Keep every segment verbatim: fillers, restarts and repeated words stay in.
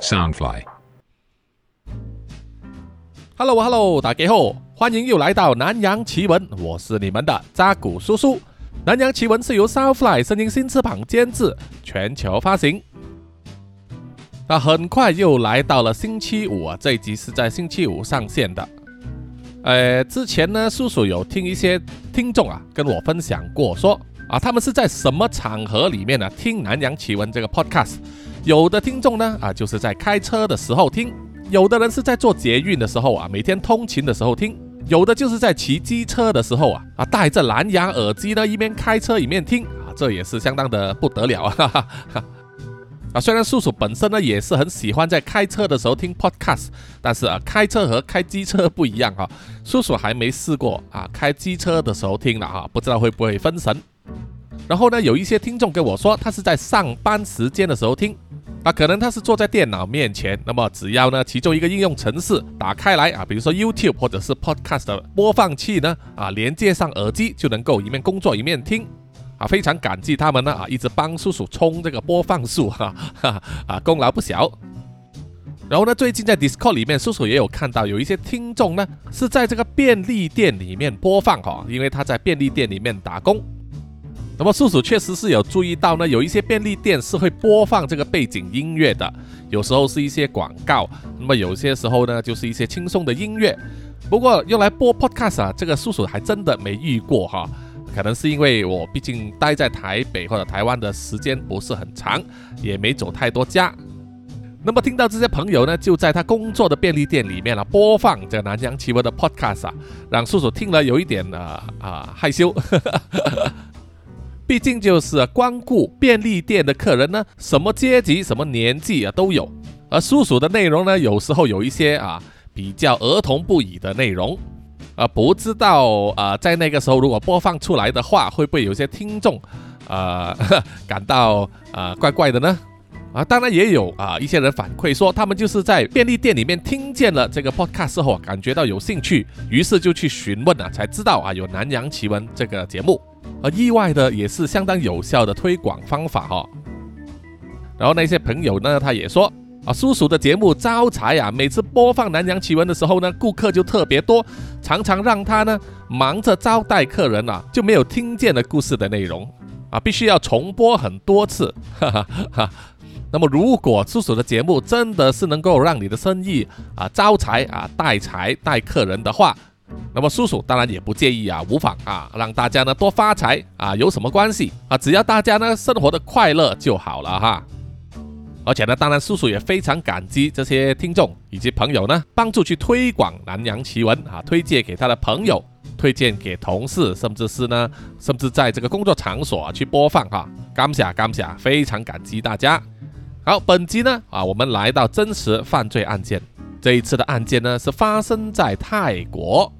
Soundfly。Hello Hello， 大家好，欢迎又来到南洋奇闻，我是你们的扎古叔叔。南洋奇闻是由 Soundfly 声音新翅膀监制，全球发行。那很快又来到了星期五啊，这一集是在星期五上线的。呃，之前呢，叔叔有听一些听众啊跟我分享过说啊，他们是在什么场合里面呢听南洋奇闻这个 podcast。有的听众呢啊，就是在开车的时候听。有的人是在做捷运的时候啊，每天通勤的时候听；有的就是在骑机车的时候啊，啊戴着蓝牙耳机呢，一边开车一边听啊，这也是相当的不得了啊！哈哈哈啊，虽然叔叔本身呢也是很喜欢在开车的时候听 podcast， 但是啊，开车和开机车不一样哈、啊，叔叔还没试过啊，开机车的时候听了哈、啊，不知道会不会分神。然后呢，有一些听众跟我说，他是在上班时间的时候听。啊，可能他是坐在电脑面前，那么只要呢其中一个应用程式打开来啊，比如说 YouTube 或者是 Podcast 的播放器呢啊，连接上耳机就能够一面工作一面听啊，非常感激他们呢啊，一直帮叔叔冲这个播放数哈哈啊，功劳不小。然后呢，最近在 Discord 里面，叔叔也有看到有一些听众呢是在这个便利店里面播放哈，因为他在便利店里面打工。那么叔叔确实是有注意到呢，有一些便利店是会播放这个背景音乐的，有时候是一些广告，那么有些时候呢就是一些轻松的音乐。不过用来播 podcast 啊，这个叔叔还真的没遇过哈，可能是因为我毕竟待在台北或者台湾的时间不是很长，也没走太多家。那么听到这些朋友呢，就在他工作的便利店里面啊播放这个南洋奇闻的 podcast 啊，让叔叔听了有一点啊啊害羞。毕竟就是光顾便利店的客人呢，什么阶级、什么年纪啊都有。而叔叔的内容呢，有时候有一些啊比较儿童不宜的内容，啊不知道啊在那个时候如果播放出来的话，会不会有些听众啊感到啊怪怪的呢？啊，当然也有啊一些人反馈说，他们就是在便利店里面听见了这个 podcast 后，感觉到有兴趣，于是就去询问啊，才知道啊有南洋奇闻这个节目。而意外的也是相当有效的推广方法哈、哦。然后那些朋友呢，他也说啊，叔叔的节目招财啊，每次播放南洋奇闻的时候呢，顾客就特别多，常常让他呢忙着招待客人啊，就没有听见了故事的内容啊，必须要重播很多次。哈哈哈。那么如果叔叔的节目真的是能够让你的生意啊招财啊带财带客人的话，那么叔叔当然也不介意啊，无妨啊，让大家呢多发财啊，有什么关系啊？只要大家呢生活的快乐就好了哈。而且呢，当然叔叔也非常感激这些听众以及朋友呢，帮助去推广南洋奇闻啊，推荐给他的朋友，推荐给同事，甚至是呢，甚至在这个工作场所、啊、去播放哈。感谢感谢，非常感激大家。好，本集呢啊，我们来到真实犯罪案件。这一次的案件呢是发生在泰国。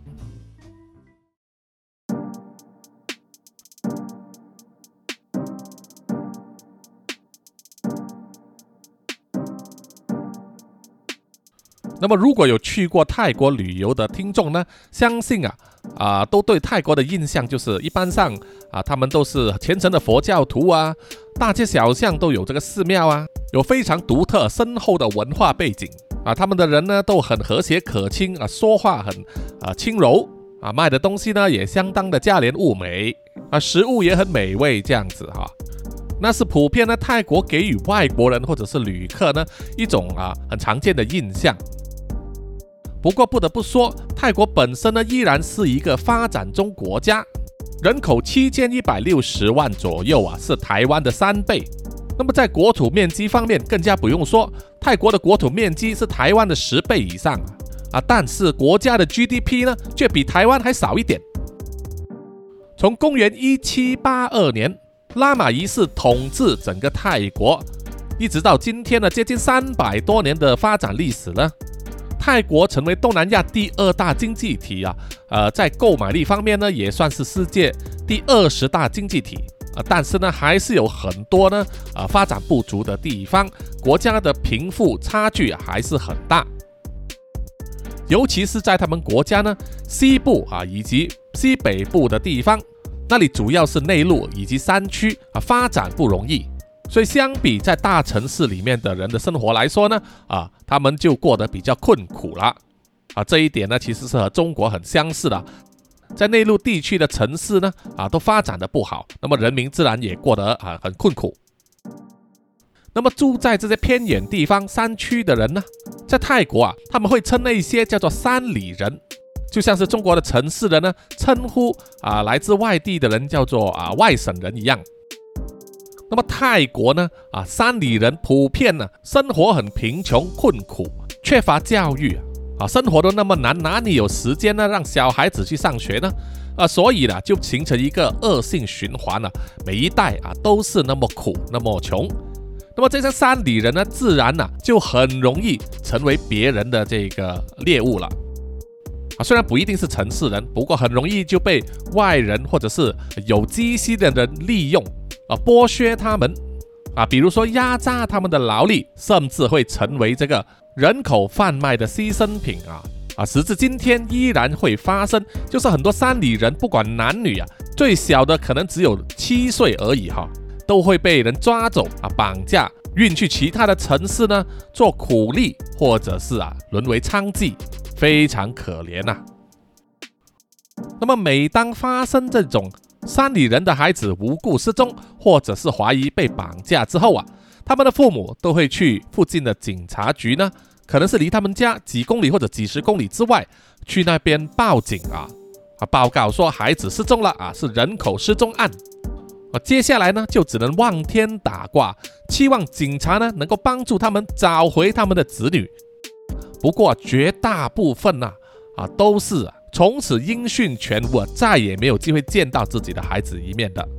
那么如果有去过泰国旅游的听众呢，相信啊啊都对泰国的印象就是一般上啊他们都是虔诚的佛教徒啊，大街小巷都有这个寺庙啊，有非常独特深厚的文化背景啊，他们的人呢都很和谐可亲啊，说话很啊轻柔啊，卖的东西呢也相当的价廉物美啊，食物也很美味这样子哈、啊。那是普遍呢泰国给予外国人或者是旅客呢一种啊很常见的印象。不过不得不说，泰国本身呢依然是一个发展中国家，人口七千一百六十万左右啊，是台湾的三倍。那么在国土面积方面更加不用说，泰国的国土面积是台湾的十倍以上啊，但是国家的 G D P 呢却比台湾还少一点。从公元一七八二年拉玛一世统治整个泰国，一直到今天呢接近三百多年的发展历史呢，泰国成为东南亚第二大经济体啊，呃，在购买力方面呢，也算是世界第二十大经济体啊、呃，但是呢，还是有很多呢，呃，发展不足的地方，国家的贫富差距还是很大，尤其是在他们国家呢西部啊以及西北部的地方，那里主要是内陆以及山区啊，发展不容易。 所以相比在大城市里面的人的生活来说呢，啊，他们就过得比较困苦了。啊，这一点呢，其实是和中国很相似的。在内陆地区的城市呢，啊，都发展的不好，那么人民自然也过得啊很困苦。那么住在这些偏远地方山区的人呢，在泰国啊，他们会称那些叫做山里人，就像是中国的城市人呢称呼啊来自外地的人叫做啊外省人一样。那么泰国呢啊山里人普遍呢生活很贫穷困苦，缺乏教育啊，生活都那么难，哪里有时间呢让小孩子去上学呢？啊，所以呢就形成一个恶性循环了，每一代啊都是那么苦那么穷。那么这些山里人呢，自然呢、啊、就很容易成为别人的这个猎物了。啊，虽然不一定是城市人，不过很容易就被外人或者是有积蓄的人利用啊，剥削他们啊，比如说压榨他们的劳力，甚至会成为这个人口贩卖的牺牲品啊啊！时至今天依然会发生，就是很多山里人不管男女啊，最小的可能只有七岁而已哈。都会被人抓走啊，绑架，运去其他的城市呢，做苦力，或者是啊，沦为娼妓，非常可怜呐、啊。那么，每当发生这种山里人的孩子无故失踪，或者是怀疑被绑架之后啊，他们的父母都会去附近的警察局呢，可能是离他们家几公里或者几十公里之外，去那边报警啊，啊，报告说孩子失踪了啊，是人口失踪案。啊，接下来呢，就只能望天打卦，期望警察呢能够帮助他们找回他们的子女。不过绝大部分呢、啊，啊都是、啊、从此音讯全无、啊，再也没有机会见到自己的孩子一面的。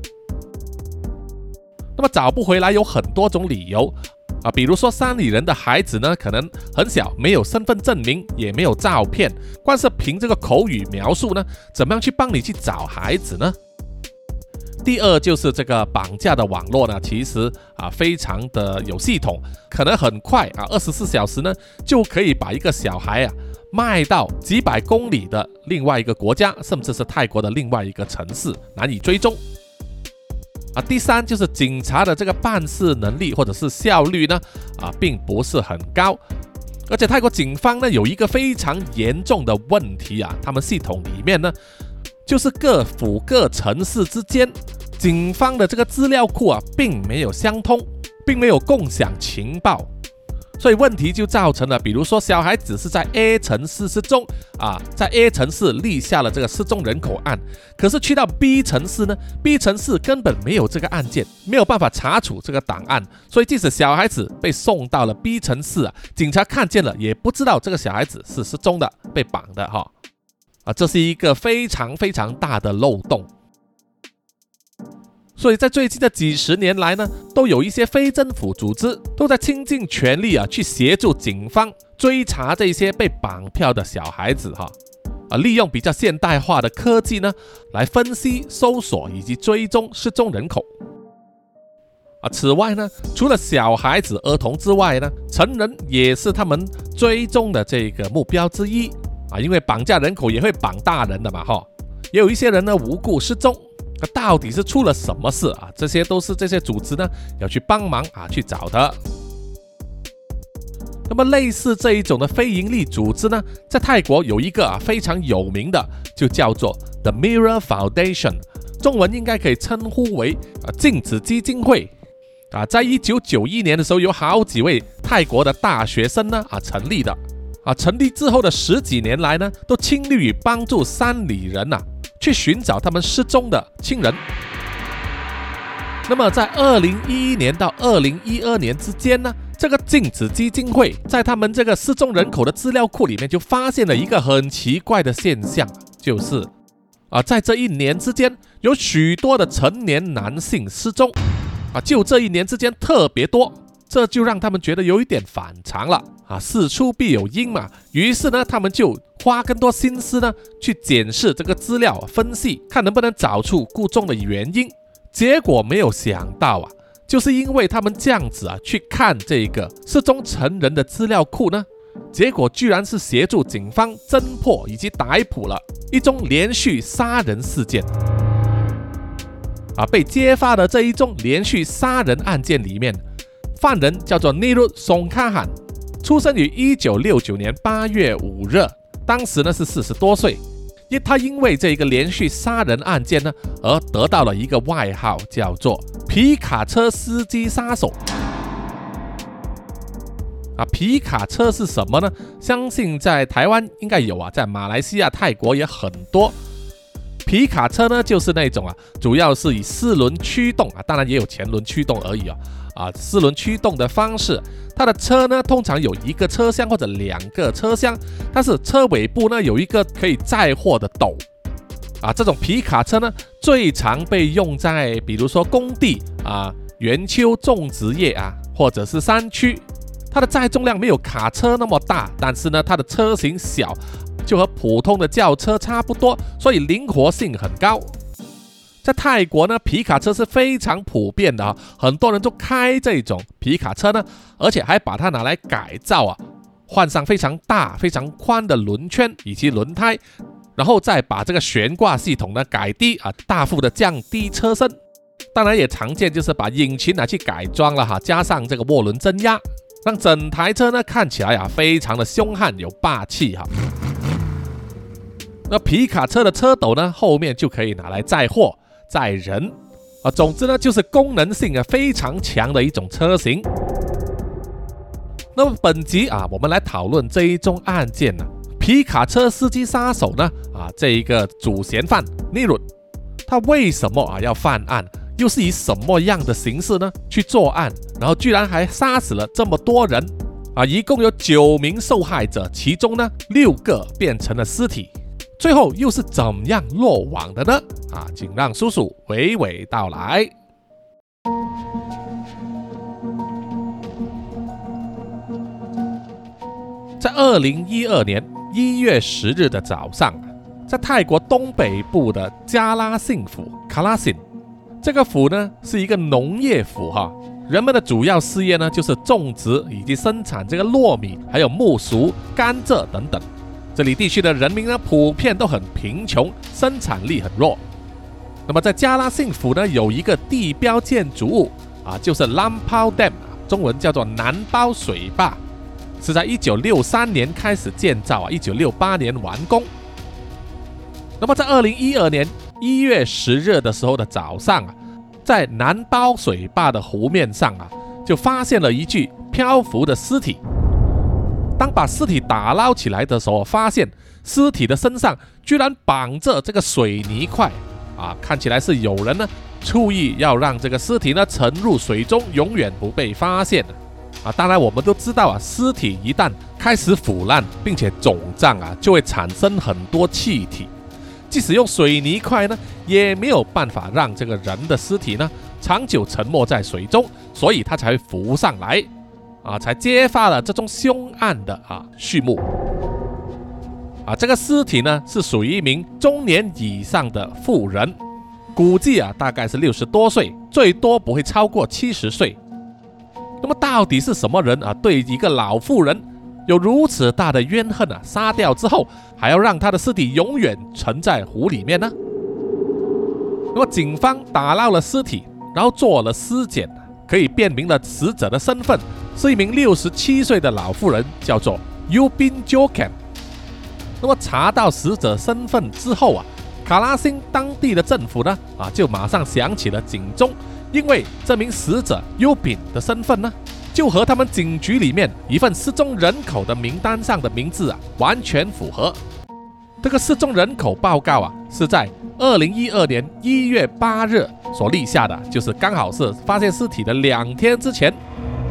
那么找不回来有很多种理由啊，比如说山里人的孩子呢，可能很小，没有身份证明，也没有照片，光是凭这个口语描述呢，怎么样去帮你去找孩子呢？第二就是这个绑架的网络呢，其实啊非常的有系统，可能很快啊二十四小时呢就可以把一个小孩啊卖到几百公里的另外一个国家，甚至是泰国的另外一个城市，难以追踪。啊，第三就是警察的这个办事能力或者是效率呢啊并不是很高，而且泰国警方呢有一个非常严重的问题啊，他们系统里面呢。就是各府各城市之间，警方的这个资料库啊，并没有相通，并没有共享情报，所以问题就造成了，比如说小孩子是在 A 城市失踪啊，在 A 城市立下了这个失踪人口案，可是去到 B 城市呢 ，B 城市根本没有这个案件，没有办法查处这个档案，所以即使小孩子被送到了 B 城市啊，警察看见了也不知道这个小孩子是失踪的，被绑的哈。啊，这是一个非常非常大的漏洞，所以在最近的几十年来呢，都有一些非政府组织都在倾尽全力啊，去协助警方追查这些被绑票的小孩子哈，啊，利用比较现代化的科技呢，来分析、搜索以及追踪失踪人口。啊，此外呢，除了小孩子、儿童之外呢，成人也是他们追踪的这个目标之一。啊，因为绑架人口也会绑大人的嘛，哈，也有一些人呢无故失踪，那到底是出了什么事啊？这些都是这些组织呢要去帮忙啊去找的。那么类似这一种的非营利组织呢，在泰国有一个啊非常有名的，就叫做 The Mirror Foundation， 中文应该可以称呼为啊镜子基金会。啊，在一九九一年的时候，有好几位泰国的大学生呢啊成立的。啊，成立之后的十几年来呢，都倾力于帮助山里人呐、啊，去寻找他们失踪的亲人。那么，在二零一一年到二零一二年之间呢，这个镜子基金会在他们这个失踪人口的资料库里面，就发现了一个很奇怪的现象，就是啊，在这一年之间，有许多的成年男性失踪，啊，就这一年之间特别多。这就让他们觉得有一点反常了啊，事出必有因嘛。于是呢，他们就花更多心思呢，去检视这个资料，分析看能不能找出故中的原因。结果没有想到啊，就是因为他们这样子啊，去看这个失踪成人的资料库呢，结果居然是协助警方侦破以及逮捕了一宗连续杀人事件。 啊被揭发的这一宗连续杀人案件里面，犯人叫做 Nirut Songkhahan， 出生于一九六九年八月五日，当时呢是四十多岁。因他因为这个连续杀人案件呢，而得到了一个外号，叫做皮卡车司机杀手。啊，皮卡车是什么呢？相信在台湾应该有啊，在马来西亚、泰国也很多。皮卡车呢，就是那种啊，主要是以四轮驱动啊，当然也有前轮驱动而已啊。啊，四轮驱动的方式，它的车呢通常有一个车厢或者两个车厢，但是车尾部呢有一个可以载货的斗。啊，这种皮卡车呢最常被用在比如说工地啊、园丘种植业啊，或者是山区。它的载重量没有卡车那么大，但是呢它的车型小，就和普通的轿车差不多，所以灵活性很高。在泰国呢，皮卡车是非常普遍的啊，很多人都开这种皮卡车呢，而且还把它拿来改造啊，换上非常大、非常宽的轮圈以及轮胎，然后再把这个悬挂系统呢改低啊，大幅的降低车身。当然也常见就是把引擎拿去改装了哈，加上这个涡轮增压，让整台车呢看起来啊非常的凶悍有霸气哈。那皮卡车的车斗呢，后面就可以拿来载货、载人啊，总之呢就是功能性啊非常强的一种车型。那么本集啊，我们来讨论这一宗案件呢、啊，皮卡车司机杀手呢啊，这一个主嫌犯 Nirut， 他为什么啊要犯案？又是以什么样的形式呢去作案？然后居然还杀死了这么多人啊！一共有九名受害者，其中呢六个变成了尸体。最后又是怎样落网的呢？啊，请让叔叔娓娓道来。在二零一二年一月十日的早上，在泰国东北部的加拉信府 Kalasin， 这个府呢是一个农业府哈，人们的主要事业呢就是种植以及生产这个糯米，还有木薯、甘蔗等等。这里地区的人民呢，普遍都很贫穷，生产力很弱。那么在加拉信府呢，有一个地标建筑物啊，就是 Lampau Dam， 中文叫做南包水坝，是在一九六三年开始建造啊，一九六八年完工。那么在二零一二年一月十日的时候的早上啊，在南包水坝的湖面上啊，就发现了一具漂浮的尸体。当把尸体打捞起来的时候，发现尸体的身上居然绑着这个水泥块啊，看起来是有人呢蓄意要让这个尸体呢沉入水中，永远不被发现啊。当然我们都知道啊，尸体一旦开始腐烂并且肿胀啊，就会产生很多气体，即使用水泥块呢，也没有办法让这个人的尸体呢长久沉没在水中，所以它才会浮上来。啊，才揭发了这宗凶案的啊序幕。啊，这个尸体呢是属于一名中年以上的妇人，估计啊大概是六十多岁，最多不会超过七十岁。那么到底是什么人啊，对一个老妇人有如此大的怨恨啊？杀掉之后还要让她的尸体永远沉在湖里面呢？那么警方打捞了尸体，然后做了尸检，可以辨明了死者的身份。是一名六十七岁的老妇人，叫做 Yubin Jokam。那么查到死者身份之后啊，卡拉辛当地的政府呢啊就马上响起了警钟，因为这名死者 Yubin 的身份呢，就和他们警局里面一份失踪人口的名单上的名字啊完全符合。这个失踪人口报告啊是在二零一二年一月八日所立下的，就是刚好是发现尸体的两天之前。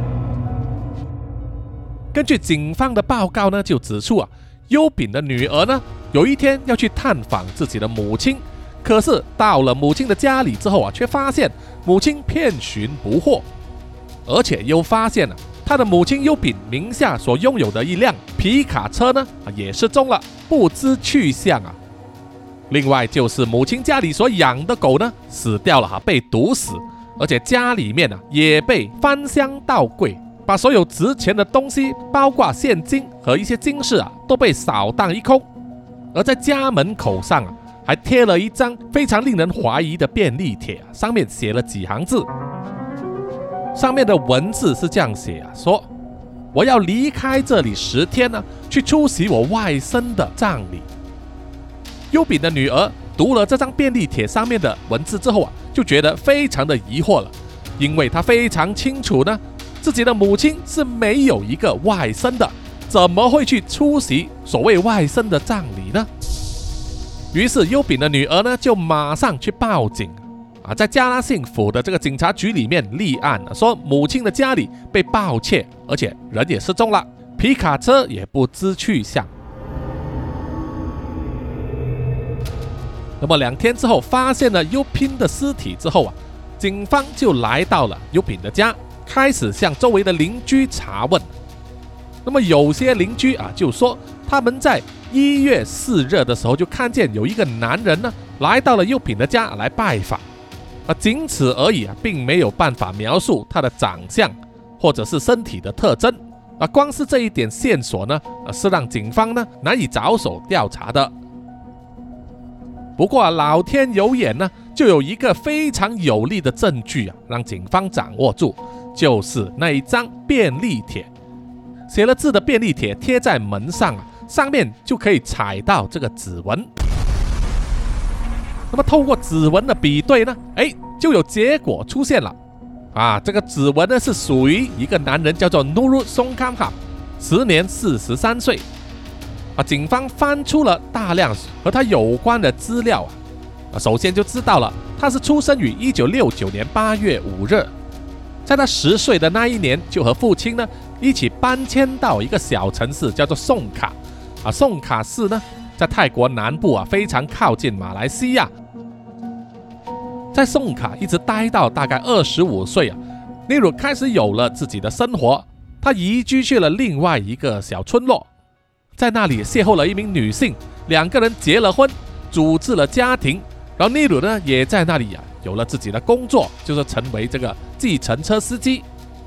根据警方的报告呢，就指出啊，优炳的女儿呢，有一天要去探访自己的母亲，可是到了母亲的家里之后啊，却发现母亲遍寻不获，而且又发现了、啊、他的母亲优炳名下所拥有的一辆皮卡车呢，也失踪了，不知去向啊。另外就是母亲家里所养的狗呢，死掉了哈、啊，被毒死，而且家里面啊也被翻箱倒柜。把所有值钱的东西，包括现金和一些金饰啊，都被扫荡一空。而在家门口上啊， 还贴了一张非常令人怀疑的便利贴，上面写了几行字。上面的文字是这样写啊，说我要离开这里十天呢，去出席我外甥的葬礼。优炳的女儿读了这张便利贴上面的文字之后啊，就觉得非常的疑惑了，因为她非常清楚呢，自己的母亲是没有一个外甥的，怎么会去出席所谓外甥的葬礼呢？于是优炳的女儿呢，就马上去报警啊，在加拉幸府的这个警察局里面立案，说母亲的家里被盗窃，而且人也失踪了，皮卡车也不知去向。那么两天之后，发现了优品的尸体之后啊，警方就来到了优品的家，开始向周围的邻居查问。那么有些邻居啊，就说他们在一月四日的时候就看见有一个男人呢来到了优品的家来拜访，啊，仅此而已啊，并没有办法描述他的长相或者是身体的特征啊。光是这一点线索呢，啊，是让警方呢难以着手调查的。不过啊，老天有眼呢，就有一个非常有力的证据啊，让警方掌握住，就是那一张便利贴，写了字的便利贴贴在门上啊，上面就可以踩到这个指纹。那么透过指纹的比对呢，哎，就有结果出现了啊，这个指纹呢是属于一个男人，叫做 Nurul Songkamha， 时年四十三岁。啊，警方翻出了大量和他有关的资料啊，首先就知道了他是出生于一九六九年八月五日，在他十岁的那一年，就和父亲呢一起搬迁到一个小城市，叫做宋卡啊。宋卡市呢，在泰国南部啊，非常靠近马来西亚。在宋卡一直待到大概二十五岁啊，内鲁开始有了自己的生活，他移居去了另外一个小村落。在那里邂逅了一名女性，两个人结了婚，组织了家庭。然后尼鲁呢，也在那里啊有了自己的工作，就是成为这个计程车司机。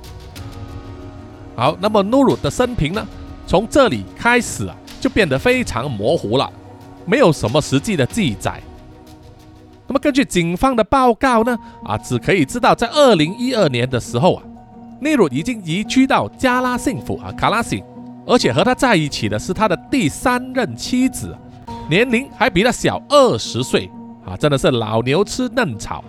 好，那么努鲁的生平呢，从这里开始啊，就变得非常模糊了，没有什么实际的记载。那么根据警方的报告呢，啊，只可以知道在二零一二年的时候啊，尼鲁已经移居到加拉幸府啊卡拉西。而且和他在一起的是他的第三任妻子，年龄还比他小二十岁啊，真的是老牛吃嫩草。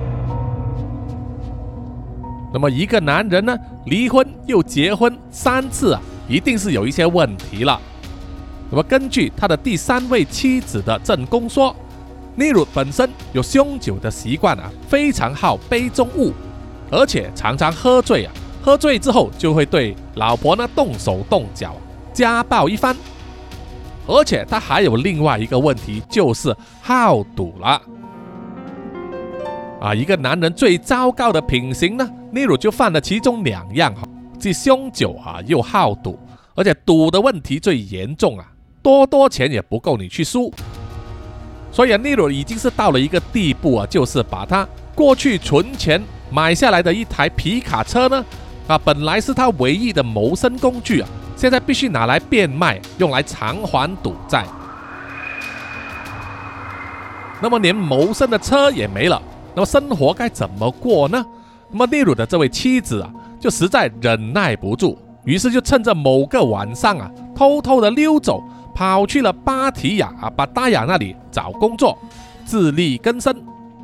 那么一个男人呢，离婚又结婚三次啊，一定是有一些问题了。那么根据他的第三位妻子的证供说，尼鲁本身有酗酒的习惯啊，非常好杯中物，而且常常喝醉啊。喝醉之后就会对老婆呢动手动脚，家暴一番。而且他还有另外一个问题，就是好赌了。啊，一个男人最糟糕的品行呢，尼鲁就犯了其中两样，既酗酒啊，又好赌，而且赌的问题最严重啊，多多钱也不够你去输。所以啊，尼鲁已经是到了一个地步啊，就是把他过去存钱买下来的一台皮卡车呢。啊，本来是他唯一的谋生工具啊，现在必须拿来变卖，用来偿还赌债。那么连谋生的车也没了，那么生活该怎么过呢？那么尼鲁的这位妻子啊，就实在忍耐不住，于是就趁着某个晚上啊，偷偷的溜走，跑去了芭提雅啊巴达雅那里找工作，自力更生。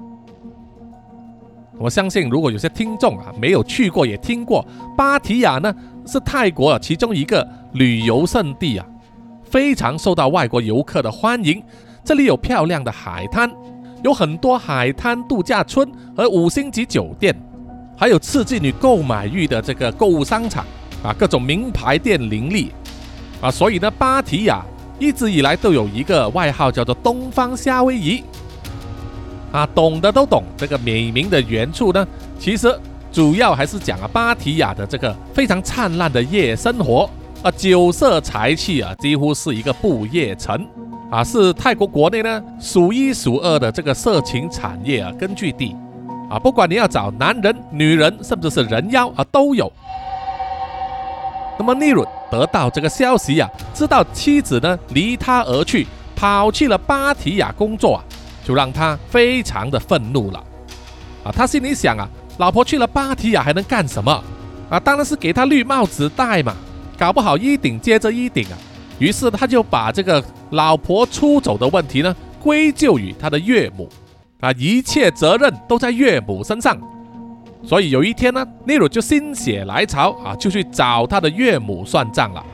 我相信如果有些听众啊没有去过也听过，芭提雅呢是泰国啊其中一个旅游胜地啊，非常受到外国游客的欢迎。这里有漂亮的海滩，有很多海滩度假村和五星级酒店，还有刺激你购买欲的这个购物商场啊，各种名牌店林立啊，所以呢，芭提雅一直以来都有一个外号叫做东方夏威夷。啊，懂的都懂，这个美名的原处呢，其实主要还是讲啊芭提雅的这个非常灿烂的夜生活啊，酒色财气啊，几乎是一个不夜城啊，是泰国国内呢数一数二的这个色情产业啊根据地啊，不管你要找男人、女人，甚至是人妖啊都有。那么尼鲁得到这个消息啊，知道妻子呢离他而去，跑去了芭提雅工作啊。 就让他非常的愤怒了。啊，他心里想啊，老婆去了芭提雅还能干什么？啊，当然是给他绿帽子戴嘛，搞不好一顶接着一顶啊。于是他就把这个老婆出走的问题呢，归咎于他的岳母，啊，一切责任都在岳母身上。所以有一天呢，尼鲁就心血来潮啊，就去找他的岳母算账了。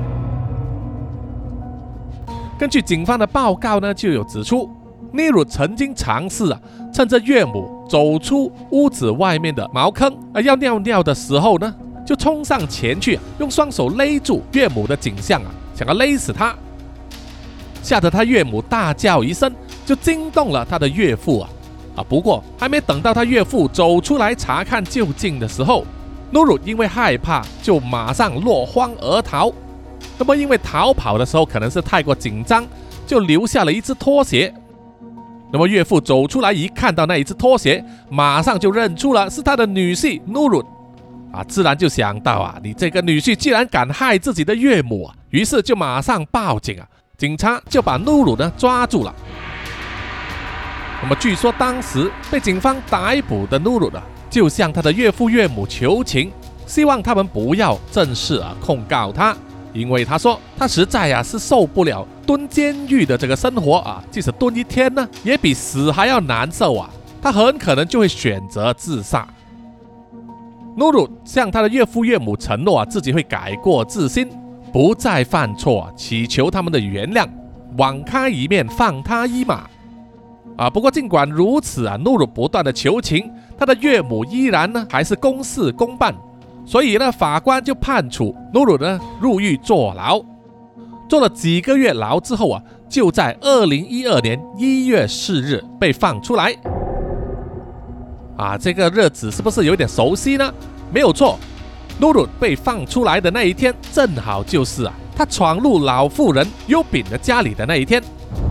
根据警方的报告呢，就有指出，尼鲁曾经尝试啊，趁着岳母走出屋子外面的茅坑啊，要尿尿的时候呢，就冲上前去啊，用双手勒住岳母的颈项啊，想要勒死她，吓得他岳母大叫一声，就惊动了他的岳父啊啊！不过还没等到他岳父走出来查看究竟的时候，努鲁因为害怕，就马上落荒而逃。那么因为逃跑的时候可能是太过紧张，就留下了一只拖鞋。那么岳父走出来一看到那一只拖鞋，马上就认出了是他的女婿努鲁啊，自然就想到啊，你这个女婿既然敢害自己的岳母啊，于是就马上报警啊，警察就把努鲁呢抓住了。那么据说当时被警方逮捕的努鲁呢，就向他的岳父岳母求情，希望他们不要正式啊控告他，因为他说他实在啊是受不了蹲监狱的这个生活啊，即使蹲一天呢，也比死还要难受啊，他很可能就会选择自杀。努鲁向他的岳父岳母承诺啊，自己会改过自新，不再犯错啊，祈求他们的原谅，网开一面，放他一马。啊，不过尽管如此啊，努鲁不断的求情，他的岳母依然呢还是公事公办，所以呢，法官就判处努鲁呢入狱坐牢。坐了几个月牢之后啊，就在二零一二年一月四日被放出来。啊，这个日子是不是有点熟悉呢？没有错，努鲁被放出来的那一天，正好就是啊他闯入老妇人优炳的家里的那一天。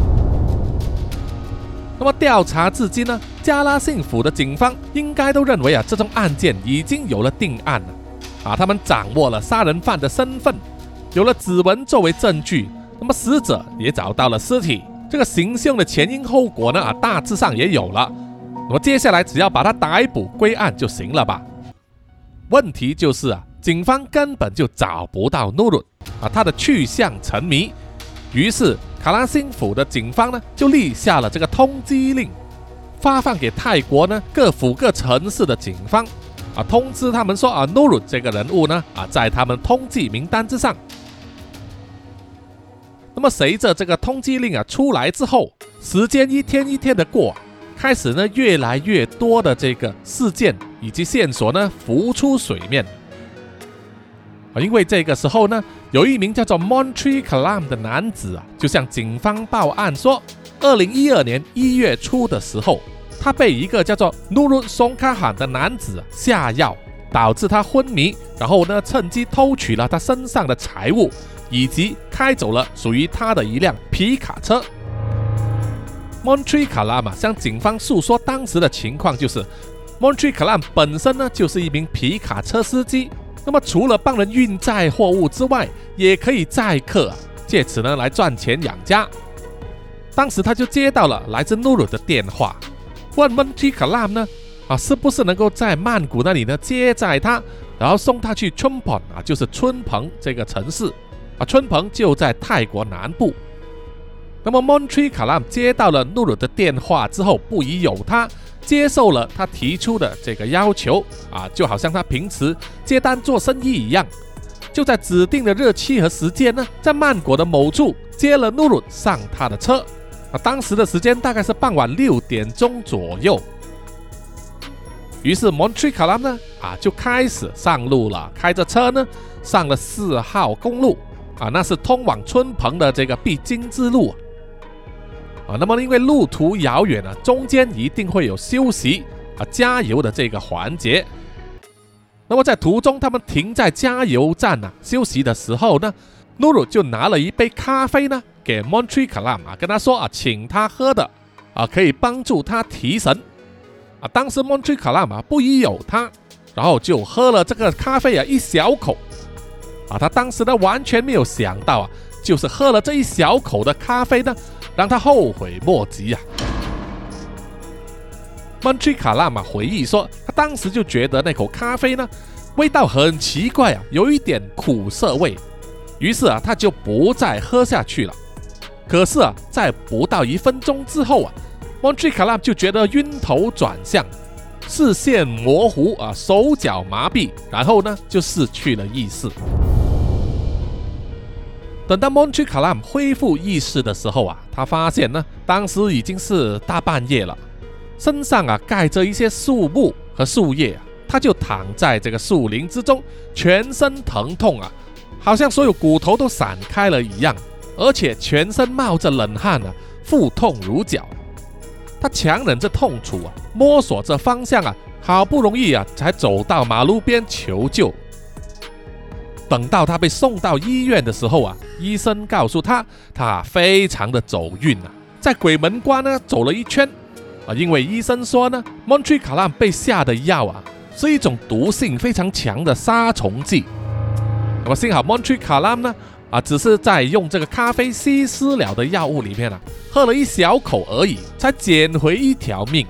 那么调查至今呢，加拉信府的警方应该都认为啊，这宗案件已经有了定案了。啊，他们掌握了杀人犯的身份，有了指纹作为证据，那么死者也找到了尸体，这个行凶的前因后果呢啊，大致上也有了。那么接下来只要把他逮捕归案就行了吧？问题就是啊，警方根本就找不到努鲁啊，他的去向成谜。于是卡拉辛府的警方呢，就立下了这个通缉令，发放给泰国呢各府各城市的警方啊，通知他们说啊，努鲁这个人物呢啊，在他们通缉名单之上。那么随着这个通缉令啊出来之后，时间一天一天的过，开始呢越来越多的这个事件以及线索呢浮出水面。啊，因为这个时候呢，有一名叫做 Montri Kalam 的男子啊，就向警方报案说，二零一二年一月初的时候，他被一个叫做 Nurul Songkahan 的男子下药，导致他昏迷，然后呢趁机偷取了他身上的财物，以及开走了属于他的一辆皮卡车。Montri Kalam 啊向警方诉说当时的情况，就是 Montri Kalam 本身呢就是一名皮卡车司机。那么除了帮人运载货物之外，也可以载客，借此呢来赚钱养家。当时他就接到了来自努鲁的电话，问 Montri Kalam 呢啊是不是能够在曼谷那里呢接载他，然后送他去春蓬啊，就是春蓬这个城市啊，春蓬就在泰国南部。那么 Montri Kalam 接到了努鲁的电话之后，不疑有他，接受了他提出的这个要求啊，就好像他平时接单做生意一样，就在指定的日期和时间呢，在曼谷的某处接了努鲁上他的车啊，当时的时间大概是傍晚六点钟左右。于是 Montri Kalam 呢啊就开始上路了，开着车呢上了四号公路啊，那是通往春蓬的这个必经之路啊。那么因为路途遥远啊，中间一定会有休息啊、加油的这个环节。那么在途中，他们停在加油站啊休息的时候呢，努鲁就拿了一杯咖啡呢给 Montri Kalam 啊，跟他说啊，请他喝的啊，可以帮助他提神啊。当时 Montri Kalam 啊不疑有他，然后就喝了这个咖啡啊一小口啊，他当时呢完全没有想到啊，就是喝了这一小口的咖啡呢，让他后悔莫及啊。 Montre Kalam 啊回忆说，他当时就觉得那口咖啡呢味道很奇怪啊，有一点苦涩味，于是啊他就不再喝下去了。可是啊，在不到一分钟之后啊 ，Montre Kalam 就觉得晕头转向，视线模糊啊，手脚麻痹，然后呢就失去了意识。等到 Montre Kalam 恢复意识的时候啊，他发现呢，当时已经是大半夜了，身上啊盖着一些树木和树叶啊，他就躺在这个树林之中，全身疼痛啊，好像所有骨头都散开了一样，而且全身冒着冷汗啊，腹痛如绞。他强忍着痛楚啊，摸索着方向啊，好不容易啊才走到马路边求救。等到他被送到医院的时候啊，医生告诉他，他非常的走运啊，在鬼门关呢走了一圈啊，因为医生说呢 ，Montre Kalam 被下的药啊是一种毒性非常强的杀虫剂。那么幸好 Montre Kalam 呢啊，只是在用这个咖啡稀释了的药物里面啊，喝了一小口而已，才捡回一条命。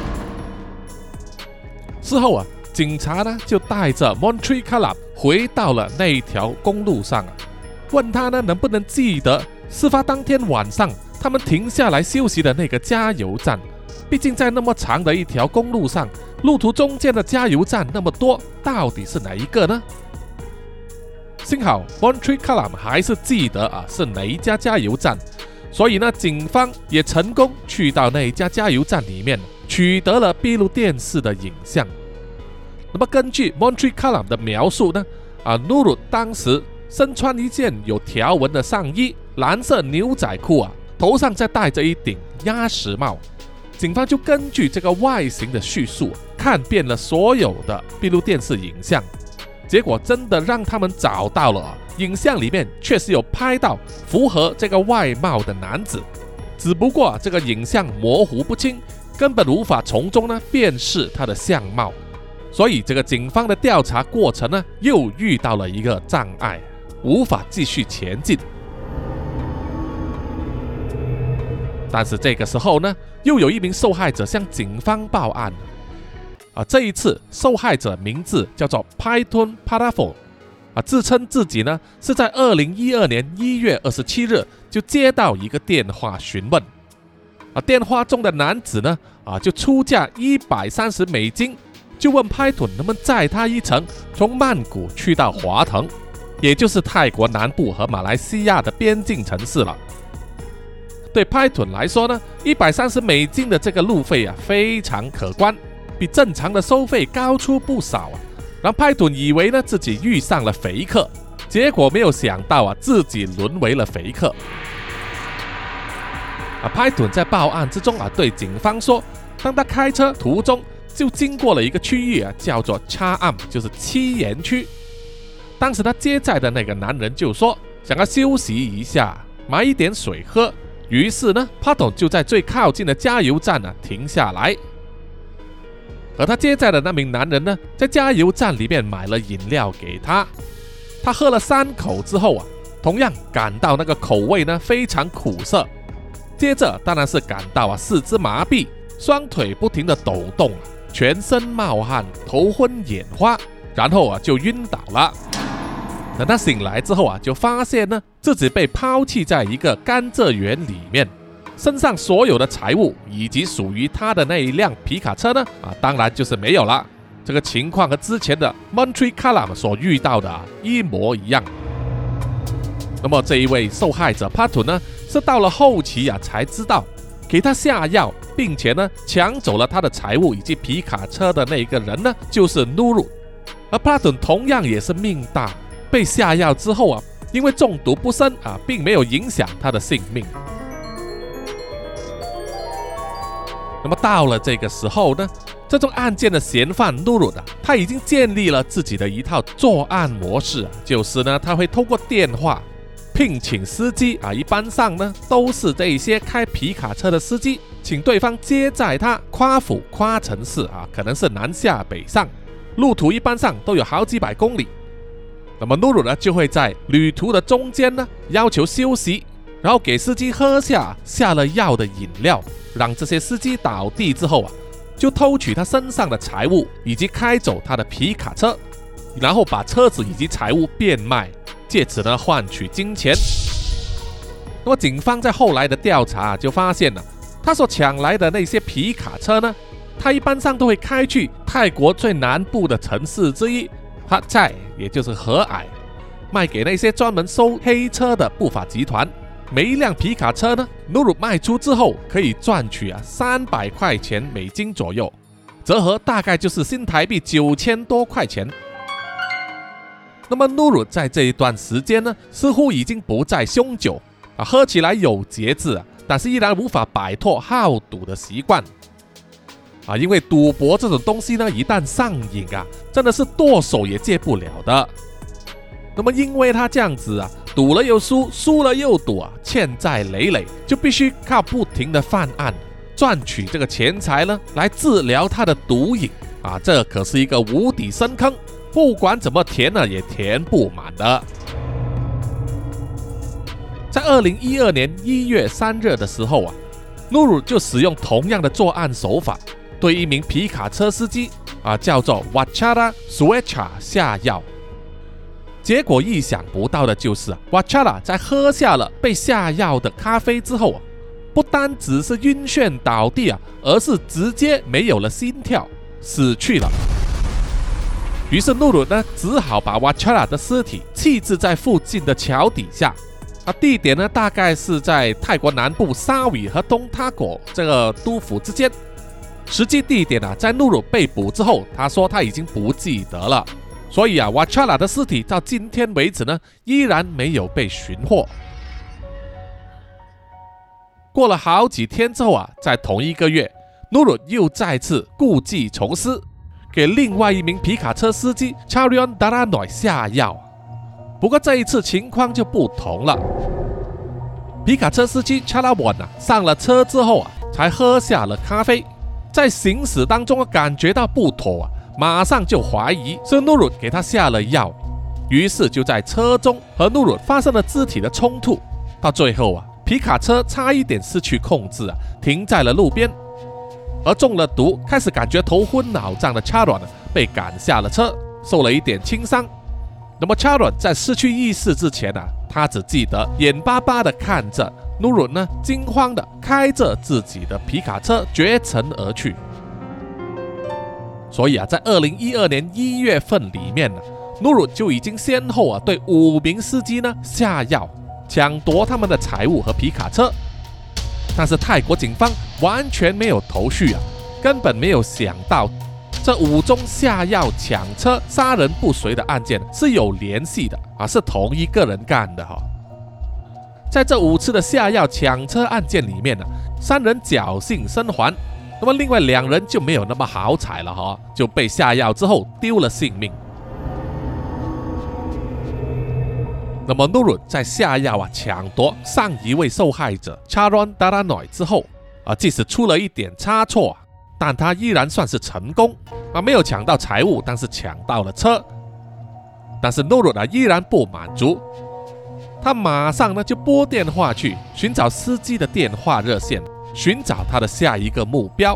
之后啊，警察呢就带着 Montre Kalam 回到了那一条公路上啊，问他呢能不能记得事发当天晚上他们停下来休息的那个加油站。毕竟在那么长的一条公路上，路途中间的加油站那么多，到底是哪一个呢？幸好 Montre Kalam 还是记得啊是哪一家加油站，所以呢警方也成功去到那一家加油站里面，取得了闭路电视的影像。那么根据 Montre Kalam 的描述呢，啊 Nurul 当时身穿一件有条纹的上衣、蓝色牛仔裤啊，头上再戴着一顶鸭舌帽。警方就根据这个外形的叙述，看遍了所有的闭路电视影像，结果真的让他们找到了，影像里面确实有拍到符合这个外貌的男子，只不过这个影像模糊不清，根本无法从中呢辨识他的相貌。所以这个警方的调查过程呢，又遇到了一个障碍，无法继续前进。但是这个时候呢，又有一名受害者向警方报案。啊，这一次受害者名字叫做 Python Parafo， 啊，自称自己呢是在二零一二年一月二十七日就接到一个电话询问。啊，电话中的男子呢，啊就出价一百三十美金。就问 Python 能不能载他一程，从曼谷去到华腾，也就是泰国南部和马来西亚的边境城市了。对 Python 来说呢，一百三十美金的这个路费啊，非常可观，比正常的收费高出不少啊。让 Python 以为呢自己遇上了肥客，结果没有想到啊，自己沦为了肥客。啊 ，Python 在报案之中啊，对警方说，当他开车途中，就经过了一个区域啊，叫做 Cha-am， 就是七言区。当时他接载的那个男人就说，想要休息一下，买一点水喝。于是呢 ，Python 就在最靠近的加油站呢停下来。而他接载的那名男人呢，在加油站里面买了饮料给他。他喝了三口之后啊，同样感到那个口味呢非常苦涩。接着当然是感到啊四肢麻痹，双腿不停的抖动，全身冒汗，头昏眼花，然后啊就晕倒了。等他醒来之后啊，就发现呢自己被抛弃在一个甘蔗园里面，身上所有的财物以及属于他的那一辆皮卡车呢啊，当然就是没有了。这个情况和之前的 Montre Kalam 所遇到的、啊、一模一样。那么这一位受害者 Python 呢，是到了后期啊才知道，给他下药并且呢抢走了他的财物以及皮卡车的那个人呢，就是 Nurul。而 Python 同样也是命大，被下药之后啊，因为中毒不深啊，并没有影响他的性命。那么到了这个时候呢，这宗案件的嫌犯 Nurul 啊，他已经建立了自己的一套作案模式、啊、就是呢，他会透过电话聘请司机啊，一般上呢都是这些开皮卡车的司机，请对方接载他跨府跨城市啊，可能是南下北上，路途一般上都有好几百公里。那么 Nurul 呢就会在旅途的中间呢要求休息，然后给司机喝下下了药的饮料，让这些司机倒地之后啊， 就偷取他身上的财物，以及开走他的皮卡车，然后把车子以及财物变卖，借此呢换取金钱。那么警方在后来的调查就发现了，他所抢来的那些皮卡车呢，他一般上都会开去泰国最南部的城市之一哈寨，也就是和蔼，卖给那些专门收黑车的不法集团。每一辆皮卡车呢 Nurul 卖出之后可以赚取啊三百块钱美金左右，折合大概就是新台币九千多块钱。那么 Nurul 在这一段时间呢，似乎已经不再酗酒啊，喝起来有节制啊，但是依然无法摆脱好赌的习惯啊，因为赌博这种东西呢，一旦上瘾啊，真的是剁手也戒不了的。那么因为他这样子啊，赌了又输，输了又赌啊，欠债累累，就必须靠不停的犯案赚取这个钱财呢，来治疗他的毒瘾啊，这可是一个无底深坑，不管怎么填呢，也填不满的。在二零一二年一月三日的时候啊 ，Nurul 就使用同样的作案手法，对一名皮卡车司机啊，叫做 Wachara Suecha 下药。结果意想不到的就是啊 ，Wachara 在喝下了被下药的咖啡之后啊，不单只是晕眩倒地啊，而是直接没有了心跳，死去了。于是 Nurul 呢，只好把 Wachara 的尸体弃置在附近的桥底下。啊，地点呢大概是在泰国南部沙尾和东塔果这个都府之间。实际地点啊，在 Nurul 被捕之后，他说他已经不记得了。所以啊 ，Wachara 的尸体到今天为止呢，依然没有被寻获。过了好几天之后啊，在同一个月 ，Nurul 又再次故技重施，给另外一名皮卡车司机 Charion Daranoy 下药。不过这一次情况就不同了，皮卡车司机 Chalawan 啊，上了车之后啊，才喝下了咖啡，在行驶当中感觉到不妥啊。马上就怀疑是 Nurul 给他下了药，于是就在车中和 Nurul 发生了肢体的冲突，到最后啊，皮卡车差一点失去控制啊，停在了路边。而中了毒、开始感觉头昏脑胀的 Charion 被赶下了车，受了一点轻伤。那么 Charion 在失去意识之前啊，他只记得眼巴巴地看着 Nurul 呢，惊慌地开着自己的皮卡车绝尘而去。所以啊，在二零一二年一月份里面呢 ，Nurul 就已经先后啊对五名司机呢下药，抢夺他们的财物和皮卡车。但是泰国警方完全没有头绪啊，根本没有想到这五宗下药、抢车、杀人不遂的案件是有联系的啊，是同一个人干的哈。在这五次的下药、抢车案件里面呢，三人侥幸生还。那么另外两人就没有那么好彩了哈，就被下药之后丢了性命。那么 Nurul 在下药啊抢夺上一位受害者 Charion Daranoy 之后啊，即使出了一点差错，但他依然算是成功啊，没有抢到财物，但是抢到了车。但是 Nurul 啊依然不满足，他马上呢就拨电话去寻找司机的电话热线，寻找他的下一个目标。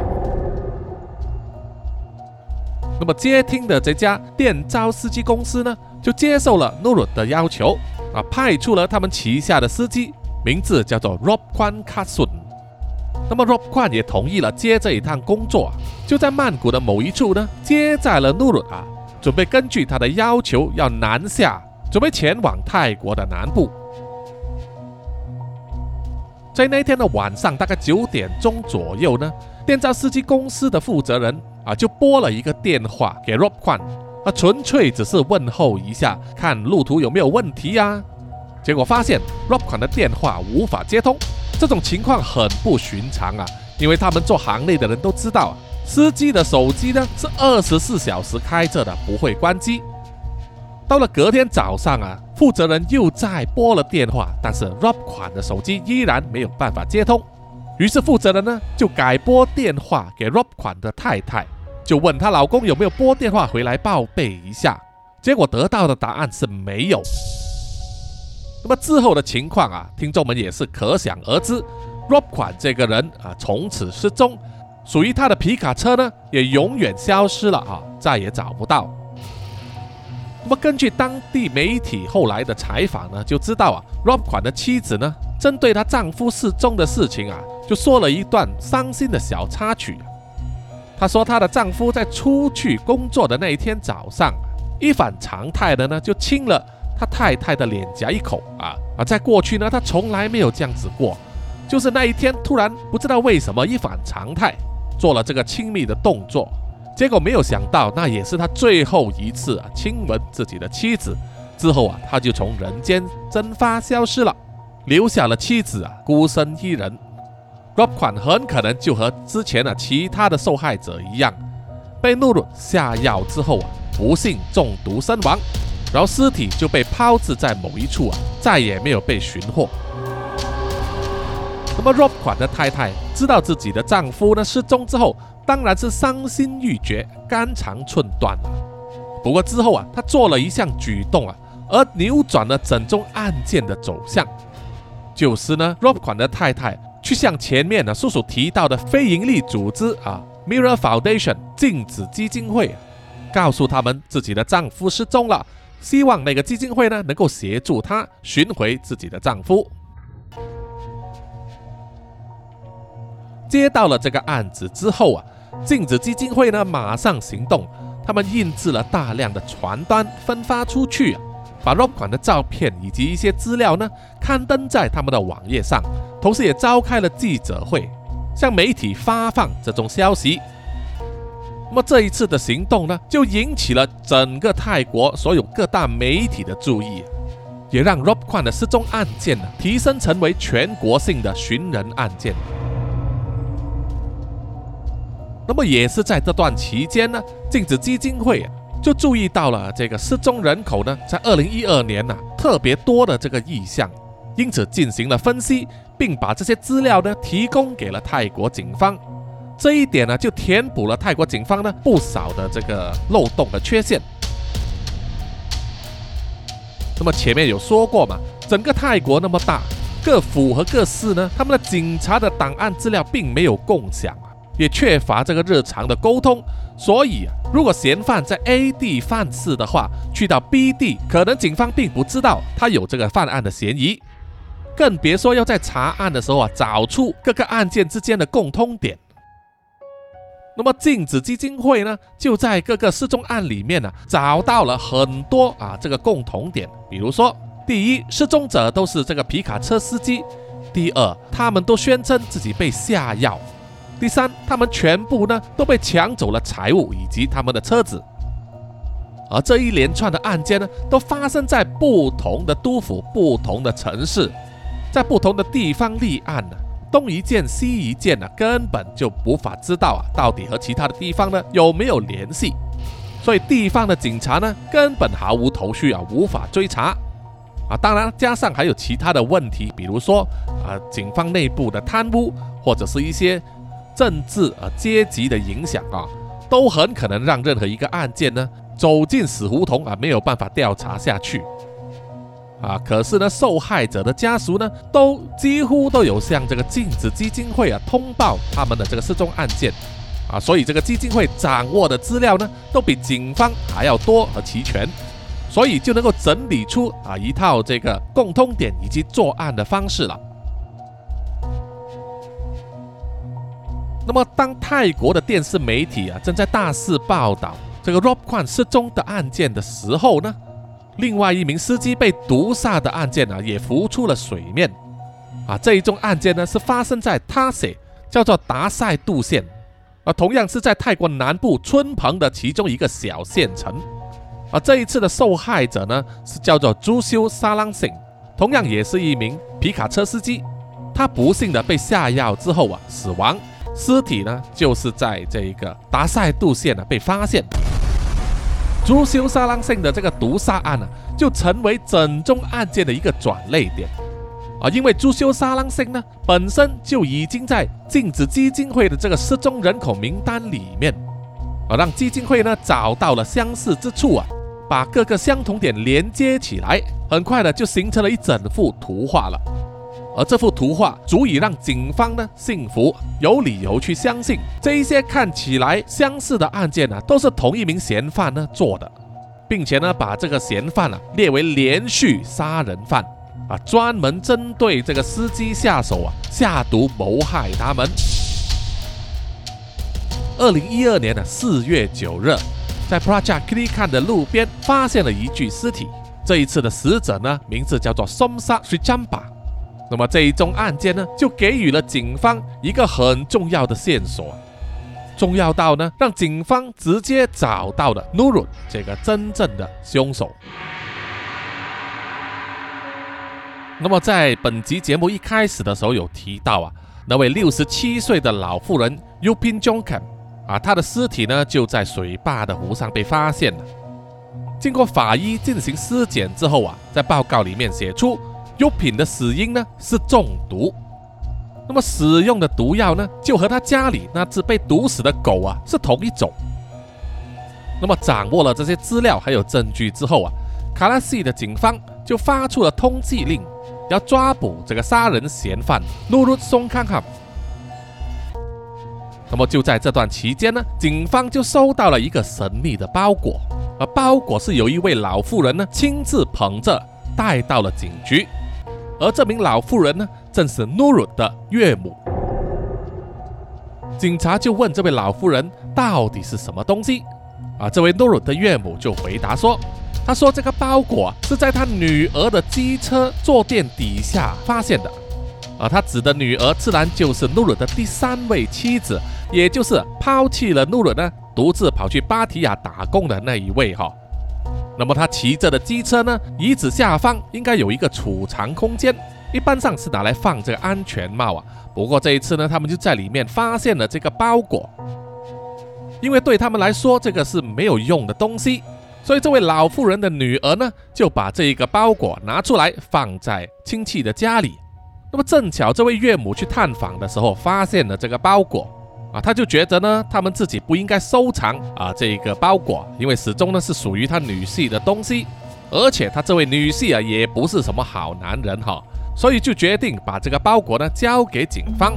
那么接听的这家电召司机公司呢，就接受了 Nurul 的要求啊，派出了他们旗下的司机，名字叫做 Rob Kwan Kasun。那么 Rob Kwan 也同意了接这一趟工作，就在曼谷的某一处呢接载了 Nurul 啊，准备根据他的要求要南下，准备前往泰国的南部。在那天的晚上，大概九点钟左右呢，电召司机公司的负责人啊，就拨了一个电话给 Rob Kwan， 啊，纯粹只是问候一下，看路途有没有问题啊。结果发现 Rob Kwan 的电话无法接通，这种情况很不寻常啊，因为他们做行内的人都知道啊，司机的手机呢是二十四小时开着的，不会关机。到了隔天早上啊，负责人又再拨了电话，但是 Rob Kwan 的手机依然没有办法接通。于是负责人呢就改拨电话给 Rob Kwan 的太太，就问她老公有没有拨电话回来报备一下。结果得到的答案是没有。那么之后的情况啊，听众们也是可想而知。Rob Kwan 这个人啊，从此失踪， 属于他的皮卡车呢，也永远消失了啊，再也找不到。那么根据当地媒体后来的采访呢，就知道啊 ，Rob Kwan 的妻子呢，针对她丈夫失踪的事情啊，就说了一段伤心的小插曲。她说，她的丈夫在出去工作的那一天早上，一反常态的呢，就亲了他太太的脸颊一口啊啊！在过去呢，他从来没有这样子过，就是那一天突然不知道为什么一反常态做了这个亲密的动作。结果没有想到，那也是他最后一次啊亲吻自己的妻子。之后啊，他就从人间蒸发消失了，留下了妻子啊孤身一人。Rob Kwan 很可能就和之前啊其他的受害者一样，被 Nurul 下药之后啊，不幸中毒身亡，然后尸体就被抛置在某一处啊，再也没有被寻获。那么 Rob Kwan 的太太知道自己的丈夫呢失踪之后，当然是伤心欲绝，肝肠寸断了。不过之后啊，他做了一项举动啊，而扭转了整宗案件的走向，就是呢 ，Rob Kwan 的太太去向前面呢叔叔提到的非营利组织啊 ，Mirror Foundation 镜子基金会，告诉他们自己的丈夫失踪了，希望那个基金会呢能够协助她寻回自己的丈夫。接到了这个案子之后啊，镜子基金会呢马上行动，他们印制了大量的传单分发出去啊，把 Rob Kwan 的照片以及一些资料呢刊登在他们的网页上，同时也召开了记者会，向媒体发放这种消息。那么这一次的行动呢，就引起了整个泰国所有各大媒体的注意，也让 Rob Kwan 的失踪案件呢提升成为全国性的寻人案件。那么也是在这段期间呢，镜子基金会就注意到了这个失踪人口呢，在二零一二年呢、啊、特别多的这个意向，因此进行了分析，并把这些资料呢提供给了泰国警方。这一点呢，就填补了泰国警方呢不少的这个漏洞的缺陷。那么前面有说过嘛，整个泰国那么大，各府和各市呢，他们的警察的档案资料并没有共享啊，也缺乏这个日常的沟通，所以啊，如果嫌犯在 A 地犯事的话，去到 B 地，可能警方并不知道他有这个犯案的嫌疑，更别说要在查案的时候啊，找出各个案件之间的共通点。那么镜子基金会呢，就在各个失踪案里面呢、啊，找到了很多啊这个共同点，比如说，第一，失踪者都是这个皮卡车司机；第二，他们都宣称自己被下药；第三，他们全部呢都被抢走了财物以及他们的车子。而这一连串的案件呢，都发生在不同的都府、不同的城市，在不同的地方立案呢、啊。东一件西一件呢、啊，根本就无法知道啊，到底和其他的地方呢有没有联系，所以地方的警察呢根本毫无头绪啊，无法追查啊。当然，加上还有其他的问题，比如说啊，警方内部的贪污，或者是一些政治啊阶级的影响啊，都很可能让任何一个案件呢走进死胡同啊，没有办法调查下去。啊，可是呢，受害者的家属呢，都几乎都有向这个镜子基金会啊通报他们的这个失踪案件，啊，所以这个基金会掌握的资料呢，都比警方还要多和齐全，所以就能够整理出啊一套这个共通点以及作案的方式了。那么，当泰国的电视媒体啊正在大肆报道这个 Rob Kwan 失踪的案件的时候呢，另外一名司机被毒杀的案件呢、啊，也浮出了水面。啊，这一宗案件呢是发生在他塞，叫做达塞杜县，啊，同样是在泰国南部春蓬的其中一个小县城。而这一次的受害者呢是叫做朱修沙朗辛，同样也是一名皮卡车司机。他不幸的被下药之后啊死亡，尸体呢就是在这个达塞杜县呢被发现。朱修沙朗辛的这个毒杀案呢、啊，就成为整宗案件的一个转捩点啊！因为朱修沙朗辛呢本身就已经在镜子基金会的这个失踪人口名单里面啊，让基金会呢找到了相似之处啊，把各个相同点连接起来，很快的就形成了一整幅图画了。 而这幅图画足以让警方呢信服，有理由去相信这一些看起来相似的案件呢，都是同一名嫌犯呢做的，并且呢把这个嫌犯啊列为连续杀人犯啊，专门针对这个司机下手啊，下毒谋害他们。二零一二年的四月九日，在 Praja Kilikan 的路边发现了一具尸体，这一次的死者呢名字叫做 Somsak Srijamba。那么这一宗案件呢，就给予了警方一个很重要的线索，重要到呢，让警方直接找到了 Nurul 这个真正的凶手。那么在本集节目一开始的时候有提到啊，那位六十七岁的老妇人 Yupin Jongkam 啊，她的尸体呢就在水坝的湖上被发现了。经过法医进行尸检之后啊，在报告里面写出Yupin 的死因呢是中毒，那么使用的毒药呢就和他家里那只被毒死的狗啊是同一种。那么掌握了这些资料还有证据之后啊，卡拉西的警方就发出了通缉令，要抓捕这个杀人嫌犯 Nurul Songkhangam。那么就在这段期间呢，警方就收到了一个神秘的包裹，而包裹是由一位老妇人呢亲自捧着带到了警局。而这名老妇人呢，正是 Nurul 的岳母。警察就问这位老妇人到底是什么东西啊？这位 Nurul 的岳母就回答说，他说这个包裹啊是在他女儿的机车坐垫底下发现的。啊，他指的女儿自然就是 Nurul 的第三位妻子，也就是抛弃了 Nurul 呢，独自跑去芭提雅打工的那一位哈。那么他骑着的机车呢，椅子下方应该有一个储藏空间，一般上是拿来放这个安全帽啊。不过这一次呢，他们就在里面发现了这个包裹，因为对他们来说这个是没有用的东西，所以这位老妇人的女儿呢，就把这一个包裹拿出来放在亲戚的家里。那么正巧这位岳母去探访的时候发现了这个包裹啊，他就觉得呢，他们自己不应该收藏啊这个包裹，因为始终呢是属于他女婿的东西，而且他这位女婿啊也不是什么好男人哈，所以就决定把这个包裹呢交给警方。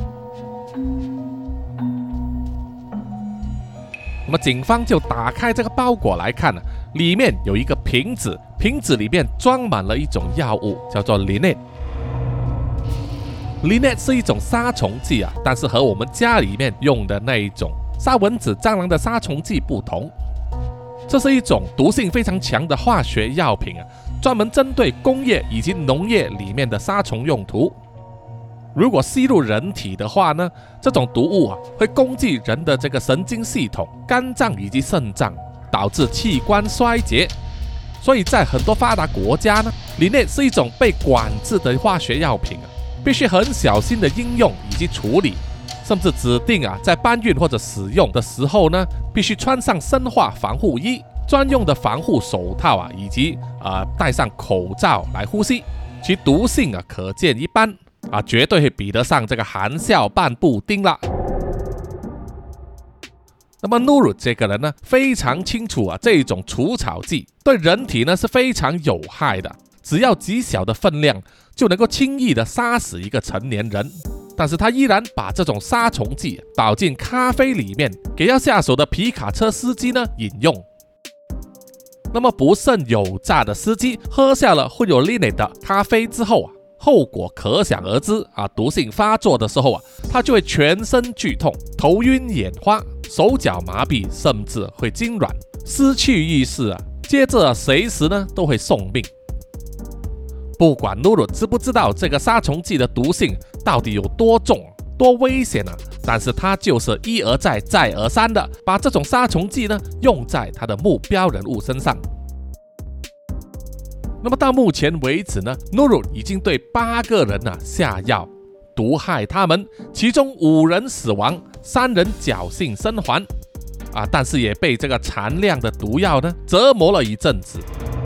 那么警方就打开这个包裹来看，里面有一个瓶子，瓶子里面装满了一种药物，叫做 Linnet。Linnet 是一种杀虫剂啊，但是和我们家里面用的那一种杀蚊子、蟑螂的杀虫剂不同。这是一种毒性非常强的化学药品啊，专门针对工业以及农业里面的杀虫用途。如果吸入人体的话呢，这种毒物啊会攻击人的这个神经系统、肝脏以及肾脏，导致器官衰竭。所以在很多发达国家呢，Linnet是一种被管制的化学药品啊。必须很小心的应用以及处理，甚至指定啊，在搬运或者使用的时候呢，必须穿上生化防护衣、专用的防护手套啊，以及啊、呃、戴上口罩来呼吸。其毒性啊可见一斑啊，绝对会比得上这个含笑半步钉了。那么 Nurul 这个人呢，非常清楚啊，这种除草剂对人体呢是非常有害的。只要极小的分量就能够轻易的杀死一个成年人，但是他依然把这种杀虫剂倒进咖啡里面，给要下手的皮卡车司机呢饮用。那么不慎有诈的司机喝下了混有 Linnet 的咖啡之后啊，后果可想而知啊！毒性发作的时候啊，他就会全身剧痛、头晕眼花、手脚麻痹，甚至会痉挛、失去意识啊，接着随时呢都会送命。不管 Nurul 知不知道这个杀虫剂的毒性到底有多重、多危险啊，但是他就是一而再、再而三的把这种杀虫剂呢用在他的目标人物身上。那么到目前为止呢 ，Nurul 已经对八个人啊下药，毒害他们，其中五人死亡，三人侥幸生还啊，但是也被这个残量的毒药呢折磨了一阵子。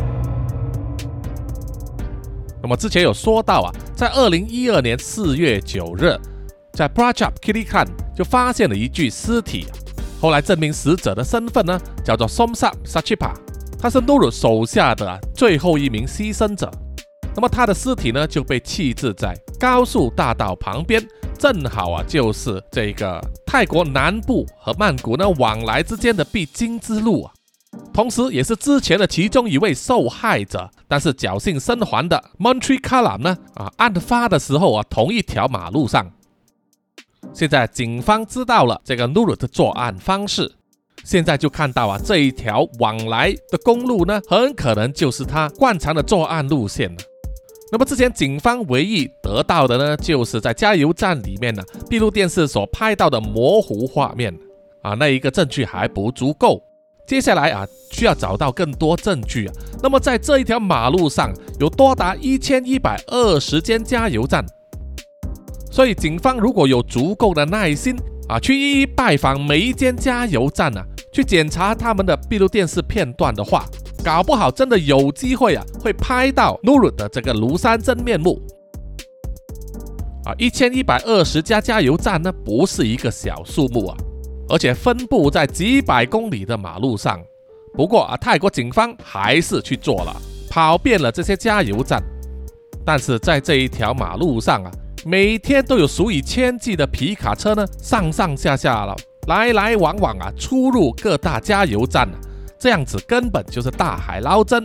那么之前有说到啊，在二零一二年四月九日，在 Praja Kilikan 就发现了一具尸体，后来证明死者的身份呢叫做 Somsak Srijamba， 他是 Nurul 手下的最后一名牺牲者。 那么他的尸体呢就被弃置在高速大道旁边，正好啊就是这个泰国南部和曼谷呢往来之间的必经之路啊，同时也是之前的其中一位受害者，但是侥幸生还的 Menteri Kalam 呢啊，案发的时候啊同一条马路上。现在警方知道了这个 Nurul 的作案方式，现在就看到啊这一条往来的公路呢很可能就是他惯常的作案路线了。那么之前警方唯一得到的呢，就是在加油站里面呢闭路电视所拍到的模糊画面啊，那一个证据还不足够。接下来啊需要找到更多证据啊。那么在这一条马路上有多达一千一百二十间加油站，所以警方如果有足够的耐心啊，去一一拜访每一间加油站啊，去检查他们的闭路电视片段的话，搞不好真的有机会啊，会拍到 Nurul 的这个庐山真面目啊！一千一百二十家加油站呢，不是一个小数目啊，而且分布在几百公里的马路上。不过啊，泰国警方还是去做了，跑遍了这些加油站。但是在这一条马路上啊，每天都有数以千计的皮卡车呢，上上下下了，来来往往啊，出入各大加油站啊。这样子根本就是大海捞针。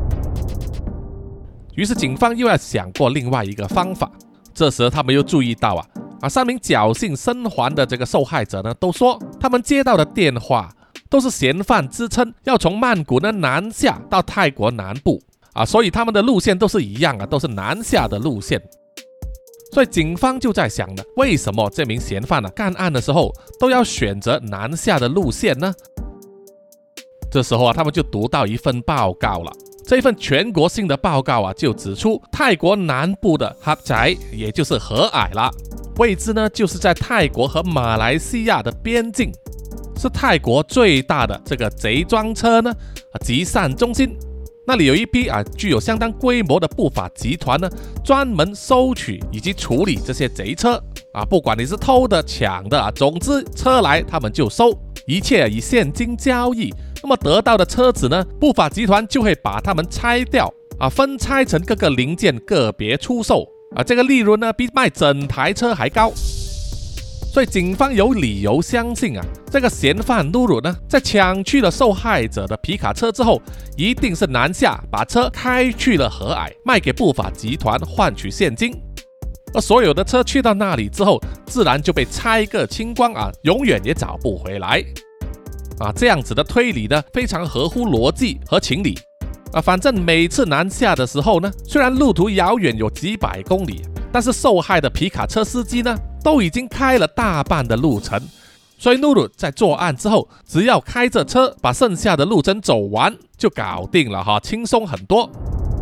于是警方又要想过另外一个方法。这时他们又注意到啊啊，三名侥幸生还的这个受害者呢，都说他们接到的电话都是嫌犯支称要从曼谷呢南下到泰国南部啊，所以他们的路线都是一样啊，都是南下的路线。所以警方就在想了，为什么这名嫌犯呢、啊、干案的时候都要选择南下的路线呢？这时候啊，他们就读到一份报告了。这份全国性的报告啊，就指出泰国南部的哈宅，也就是河隘啦，位置呢就是在泰国和马来西亚的边境，是泰国最大的这个贼装车呢集散中心。那里有一批啊具有相当规模的不法集团呢，专门收取以及处理这些贼车啊，不管你是偷的、抢的啊，总之车来他们就收，一切以现金交易。那么得到的车子呢，不法集团就会把它们拆掉啊，分拆成各个零件，个别出售啊，这个利润呢比卖整台车还高。所以警方有理由相信啊，这个嫌犯 Nurul 呢，在抢去了受害者的皮卡车之后，一定是南下把车开去了河隘，卖给不法集团换取现金。而所有的车去到那里之后，自然就被拆个清光啊，永远也找不回来。啊，这样子的推理呢，非常合乎逻辑和情理啊。反正每次南下的时候呢，虽然路途遥远有几百公里，但是受害的皮卡车司机呢，都已经开了大半的路程，所以 Nurul 在作案之后，只要开着车把剩下的路程走完就搞定了哈，轻松很多。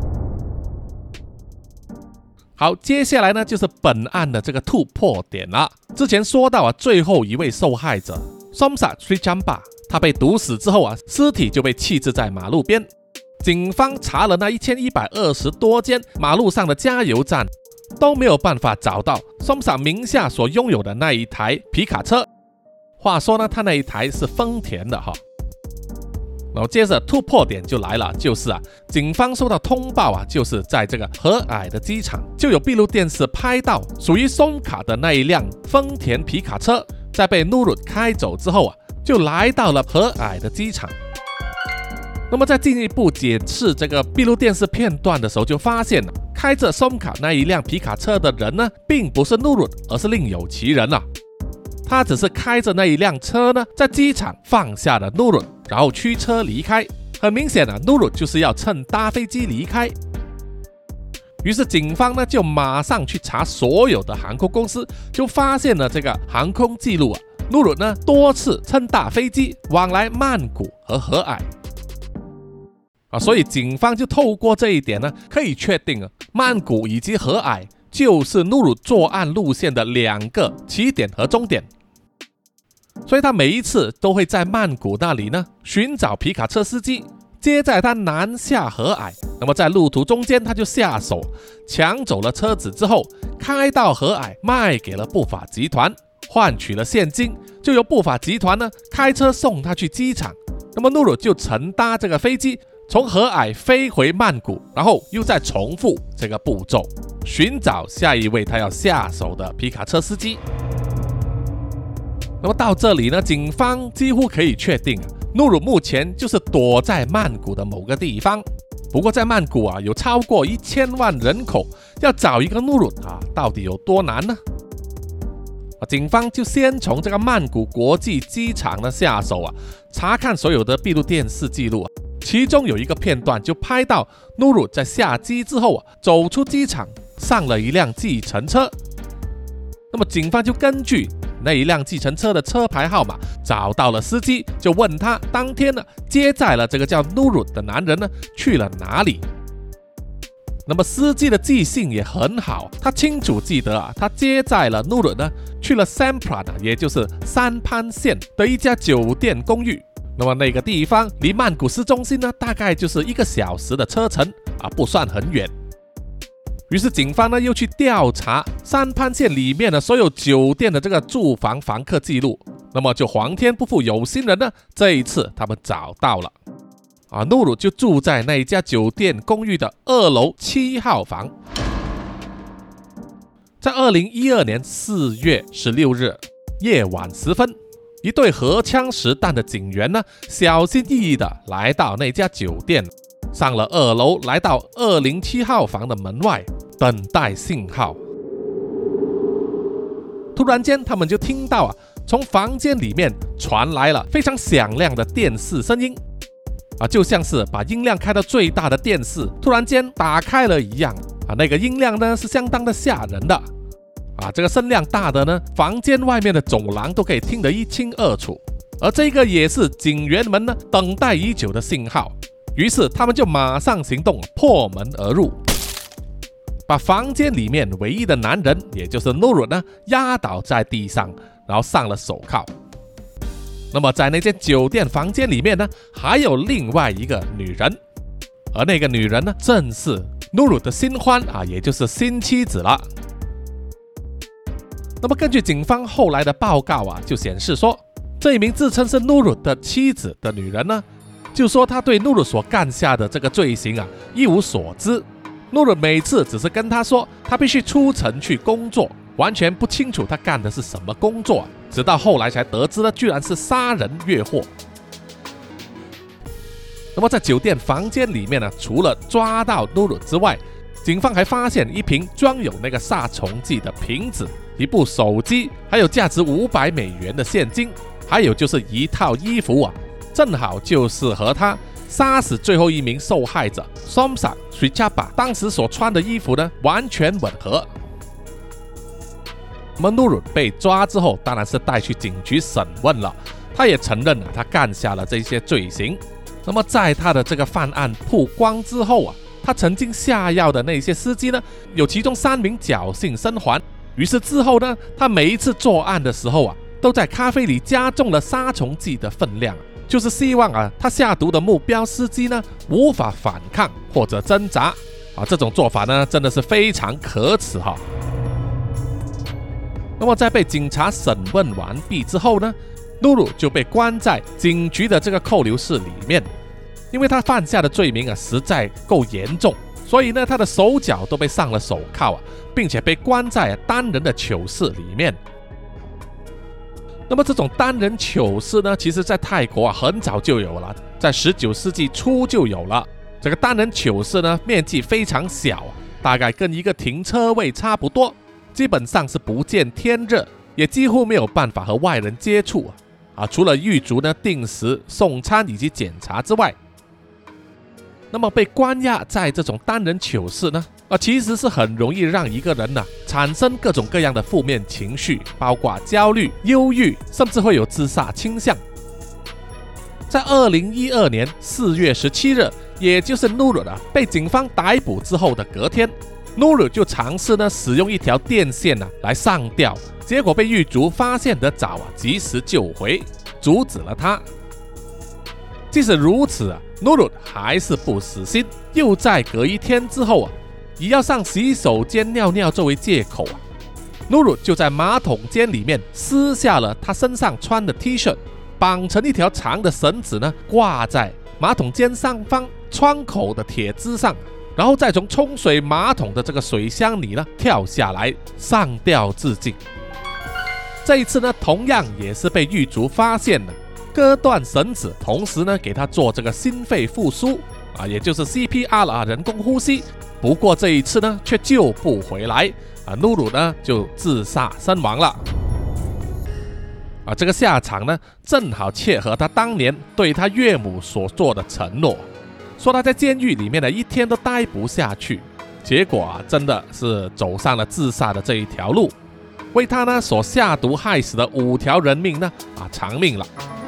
好，接下来呢就是本案的这个突破点了。之前说到啊，最后一位受害者 Somsak Srijamba， 他被毒死之后啊，尸体就被弃置在马路边。警方查了那一千一百二十多间马路上的加油站，都没有办法找到 Somsak 名下所拥有的那一台皮卡车。话说呢，他那一台是丰田的哈。然后接着突破点就来了，就是啊，警方收到通报啊，就是在这个河隘的机场就有闭路电视拍到属于松卡的那一辆丰田皮卡车，在被 Nurul 开走之后啊，就来到了河隘的机场。那么在进一步检视这个闭路电视片段的时候，就发现了开着松卡那一辆皮卡车的人呢，并不是 Nurul， 而是另有其人啊。他只是开着那一辆车呢，在机场放下了 Nurul， 然后驱车离开。很明显啊 ，Nurul 就是要趁搭飞机离开。于是警方呢就马上去查所有的航空公司，就发现了这个航空记录啊 ，Nurul 呢多次乘搭飞机往来曼谷和河隘啊，所以警方就透过这一点呢，可以确定啊，曼谷以及河隘就是 Nurul 作案路线的两个起点和终点。所以他每一次都会在曼谷那里呢寻找皮卡车司机，接载他南下河隘。那么在路途中间，他就下手抢走了车子之后，开到河隘卖给了不法集团，换取了现金，就由不法集团呢开车送他去机场。那么 Nurul 就乘搭这个飞机从和蔼飞回曼谷，然后又再重复这个步骤，寻找下一位他要下手的皮卡车司机。那么到这里呢，警方几乎可以确定努鲁目前就是躲在曼谷的某个地方。不过在曼谷啊，有超过一千万人口，要找一个努鲁啊，到底有多难呢？警方就先从这个曼谷国际机场呢下手啊，查看所有的闭路电视记录啊，其中有一个片段就拍到努鲁在下机之后啊，走出机场，上了一辆计程车。那么警方就根据那一辆计程车的车牌号码找到了司机，就问他当天呢接载了这个叫努鲁的男人呢去了哪里。那么司机的记性也很好，他清楚记得啊，他接载了努鲁呢去了 Sempran 啊，也就是三潘县的一家酒店公寓。那么那个地方离曼谷市中心呢大概就是一个小时的车程啊，不算很远。于是警方呢又去调查三潘县里面的所有酒店的这个住房房客记录，那么就皇天不负有心人呢，这一次他们找到了啊，努鲁就住在那一家酒店公寓的二楼七号房。在二零一二年四月十六日夜晚时分，一队荷枪实弹的警员呢，小心翼翼地来到那家酒店，上了二楼，来到二零七号房的门外等待信号。突然间，他们就听到啊，从房间里面传来了非常响亮的电视声音啊，就像是把音量开到最大的电视突然间打开了一样啊，那个音量呢是相当的吓人的啊，这个声量大的呢，房间外面的走廊都可以听得一清二楚，而这个也是警员们呢等待已久的信号。于是他们就马上行动，破门而入，把房间里面唯一的男人，也就是努鲁呢压倒在地上，然后上了手铐。那么在那间酒店房间里面呢，还有另外一个女人，而那个女人呢，正是努鲁的新欢啊，也就是新妻子了。那么根据警方后来的报告啊，就显示说，这一名自称是努鲁的妻子的女人呢，就说她对努鲁所干下的这个罪行啊一无所知。努鲁每次只是跟她说，他必须出城去工作，完全不清楚他干的是什么工作啊，直到后来才得知呢，居然是杀人越货。那么在酒店房间里面呢，除了抓到努鲁之外，警方还发现一瓶装有那个杀虫剂的瓶子，一部手机，还有价值五百美元的现金，还有就是一套衣服啊，正好就是和他杀死最后一名受害者 Somsak Srichapa 当时所穿的衣服呢完全吻合。那么努鲁被抓之后，当然是带去警局审问了，他也承认了他干下了这些罪行。那么在他的这个犯案曝光之后啊，他曾经下药的那些司机呢，有其中三名侥幸生还。于是之后呢，他每一次作案的时候啊，都在咖啡里加重了杀虫剂的分量，就是希望啊，他下毒的目标司机呢无法反抗或者挣扎啊，这种做法呢真的是非常可耻哈。那么在被警察审问完毕之后呢，努鲁就被关在警局的这个扣留室里面，因为他犯下的罪名啊实在够严重，所以呢他的手脚都被上了手铐啊，并且被关在单人的囚室里面。那么这种单人囚室呢，其实在泰国啊很早就有了，在十九世纪初就有了。这个单人囚室呢面积非常小，大概跟一个停车位差不多，基本上是不见天日，也几乎没有办法和外人接触啊，除了狱卒呢定时送餐以及检查之外。那么被关押在这种单人囚室呢，啊，其实是很容易让一个人呢、啊、产生各种各样的负面情绪，包括焦虑、忧郁，甚至会有自杀倾向。在二零一二年四月十七日，也就是努鲁啊被警方逮捕之后的隔天，努鲁就尝试呢使用一条电线啊来上吊，结果被狱卒发现得早啊，及时救回，阻止了他。即使如此啊，努鲁还是不死心，又在隔一天之后啊，以要上洗手间尿尿作为借口啊，努鲁就在马桶间里面撕下了他身上穿的 T 恤，绑成一条长的绳子呢，挂在马桶间上方， 窗口的铁枝上，然后再从冲水马桶的这个水箱里呢跳下来上吊自尽。这一次呢，同样也是被狱卒发现了，割断绳子，同时呢给他做这个心肺复苏啊，也就是 C P R 了啊，人工呼吸。不过这一次呢却救不回来啊，努鲁呢就自杀身亡了。啊，这个下场呢正好切合他当年对他岳母所做的承诺，说他在监狱里面呢一天都待不下去，结果啊真的是走上了自杀的这一条路，为他呢所下毒害死的五条人命呢啊偿命了。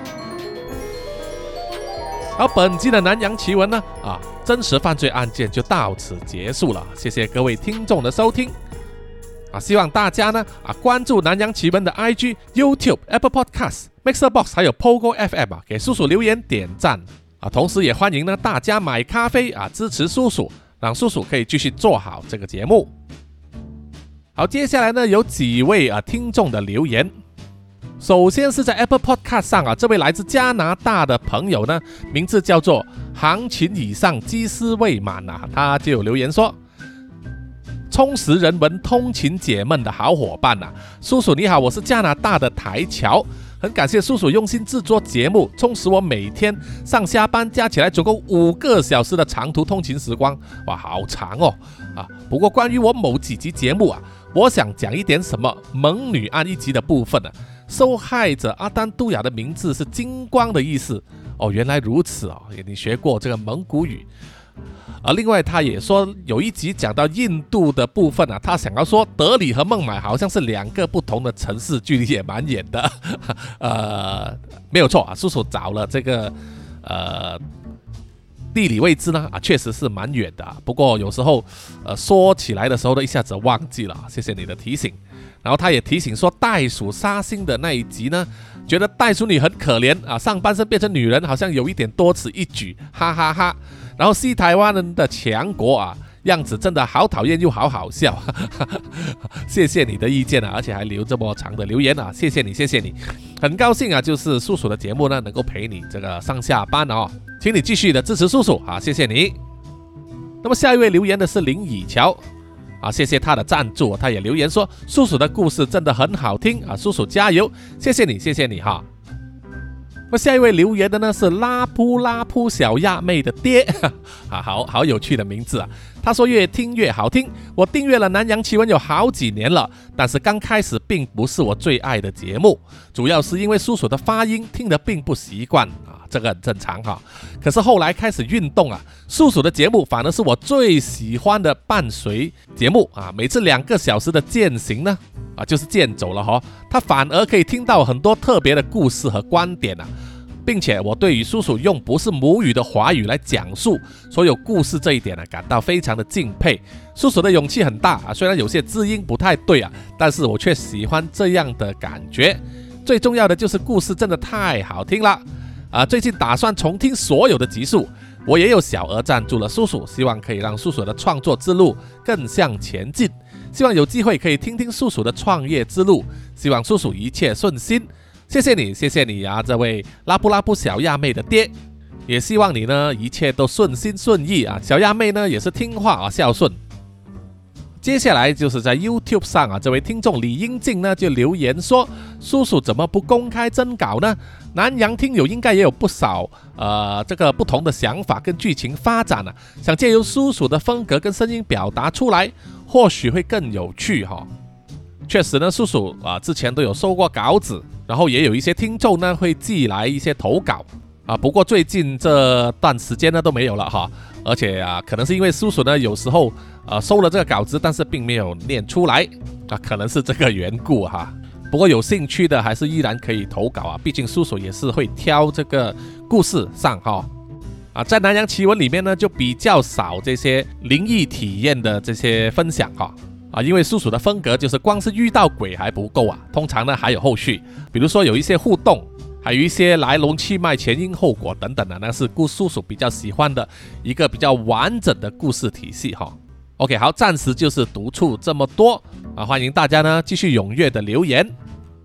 而本集的南洋奇闻呢啊真实犯罪案件就到此结束了，谢谢各位听众的收听啊！希望大家呢啊关注南洋奇闻的 I G、YouTube、Apple Podcast、Mixerbox 还有 Pogo F M 啊，给叔叔留言点赞啊！同时也欢迎呢大家买咖啡啊支持叔叔，让叔叔可以继续做好这个节目。好，接下来呢有几位啊听众的留言。首先是在 Apple Podcast 上啊，这位来自加拿大的朋友呢，名字叫做行情以上鸡丝未满啊，他就有留言说：充实人文、通勤解闷的好伙伴啊，叔叔你好，我是加拿大的台侨，很感谢叔叔用心制作节目，充实我每天上下班加起来总共五个小时的长途通勤时光，哇，好长哦啊！不过关于我某几集节目啊，我想讲一点什么蒙女案一集的部分啊。受害者阿丹杜雅的名字是金光的意思哦，原来如此哦，你学过这个蒙古语。而另外他也说有一集讲到印度的部分啊，他想要说德里和孟买好像是两个不同的城市，距离也蛮远的。呃，没有错啊，叔叔找了这个呃地理位置呢啊，确实是蛮远的、啊。不过有时候呃说起来的时候呢，一下子忘记了，谢谢你的提醒。然后他也提醒说，袋鼠杀心的那一集呢，觉得袋鼠女很可怜啊，上半身变成女人，好像有一点多此一举，哈哈哈哈。然后西台湾人的强国啊，样子真的好讨厌又好好笑。谢谢你的意见啊，而且还留这么长的留言啊，谢谢你，谢谢你，很高兴啊，就是叔叔的节目呢，能够陪你这个上下班哦，请你继续的支持叔叔啊，谢谢你。那么下一位留言的是林以乔。啊，谢谢他的赞助，他也留言说叔叔的故事真的很好听啊，叔叔加油，谢谢你，谢谢你哈。那下一位留言的呢是拉扑拉扑小亚妹的爹，啊，好好有趣的名字啊。他说越听越好听，我订阅了南洋奇闻有好几年了，但是刚开始并不是我最爱的节目，主要是因为叔叔的发音听得并不习惯啊，这个很正常哈。可是后来开始运动啊，叔叔的节目反而是我最喜欢的伴随节目啊，每次两个小时的健行呢，啊就是健走了哈，他反而可以听到很多特别的故事和观点啊。并且我对于叔叔用不是母语的华语来讲述所有故事这一点呢，感到非常的敬佩。叔叔的勇气很大啊，虽然有些字音不太对啊，但是我却喜欢这样的感觉。最重要的就是故事真的太好听了啊！最近打算重听所有的集数，我也有小额赞助了叔叔，希望可以让叔叔的创作之路更向前进。希望有机会可以听听叔叔的创业之路，希望叔叔一切顺心。谢谢你，谢谢你啊，这位拉布拉布小亚妹的爹，也希望你呢一切都顺心顺意啊。小亚妹呢也是听话啊，孝顺。接下来就是在 YouTube 上啊，这位听众李英静呢就留言说，叔叔怎么不公开真稿呢？南洋听友应该也有不少呃这个不同的想法跟剧情发展啊，想借由叔叔的风格跟声音表达出来，或许会更有趣哈、哦。确实呢，叔叔啊之前都有收过稿子，然后也有一些听众呢会寄来一些投稿啊，不过最近这段时间呢都没有了哈，而且啊可能是因为叔叔呢有时候呃收了这个稿子，但是并没有念出来啊，可能是这个缘故哈。不过有兴趣的还是依然可以投稿啊，毕竟叔叔也是会挑这个故事上哈。啊，在南洋奇闻里面呢就比较少这些灵异体验的这些分享哈。啊，因为叔叔的风格就是光是遇到鬼还不够啊，通常呢还有后续，比如说有一些互动，还有一些来龙去脉、前因后果等等的，那是叔叔比较喜欢的一个比较完整的故事体系哈。OK， 好，暂时就是读出这么多啊，欢迎大家呢继续踊跃的留言。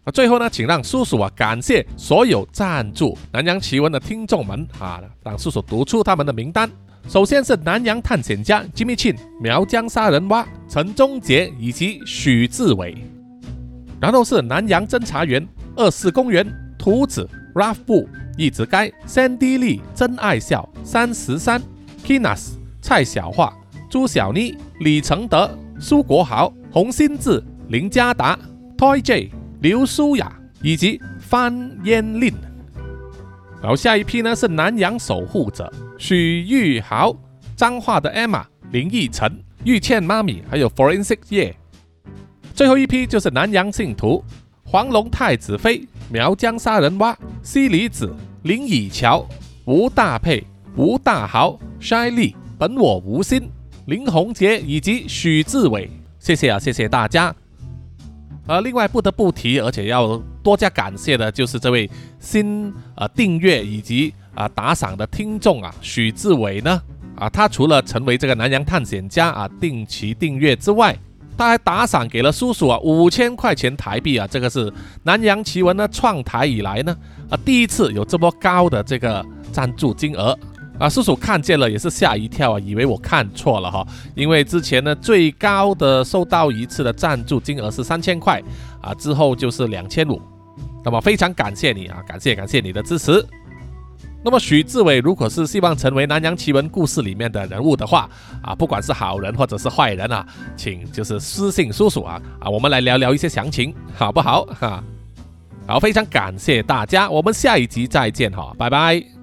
最后呢，请让叔叔啊感谢所有赞助南洋奇闻的听众们啊，让叔叔读出他们的名单。首先是南洋探险家 Jimmy Chin、苗疆杀人蛙陈忠杰以及许志伟，然后是南洋侦查员二四公园图子 Ralph 布一直该 Sandy Lee 真爱笑三十三 Kinas 蔡小桦朱小妮李承德苏国豪洪新志林家达 Toy J 刘舒雅以及范嫣令。然后下一批呢是南洋守护者许玉豪、彰化的 Emma、林奕晨、玉倩妈咪，还有 Forensic 叶。最后一批就是南洋信徒黄龙太子妃、苗疆杀人蛙、西里子、林以乔、吴大佩、吴大豪、筛利、本我无心、林宏杰以及许志伟。谢谢啊，谢谢大家。呃，另外不得不提，而且要多加感谢的就是这位新呃订阅以及啊、呃、打赏的听众啊，许志伟呢啊，他除了成为这个南洋探险家啊定期订阅之外，他还打赏给了叔叔啊五千块钱台币啊，这个是南洋奇闻呢创台以来呢啊第一次有这么高的这个赞助金额。啊，叔叔看见了也是吓一跳啊，以为我看错了哈，因为之前呢最高的收到一次的赞助金额是三千块啊，之后就是两千五，那么非常感谢你啊，感谢感谢你的支持。那么许志伟如果是希望成为南洋奇闻故事里面的人物的话啊，不管是好人或者是坏人啊，请就是私信叔叔啊啊，我们来聊聊一些详情，好不好哈？好，非常感谢大家，我们下一集再见哈，拜拜。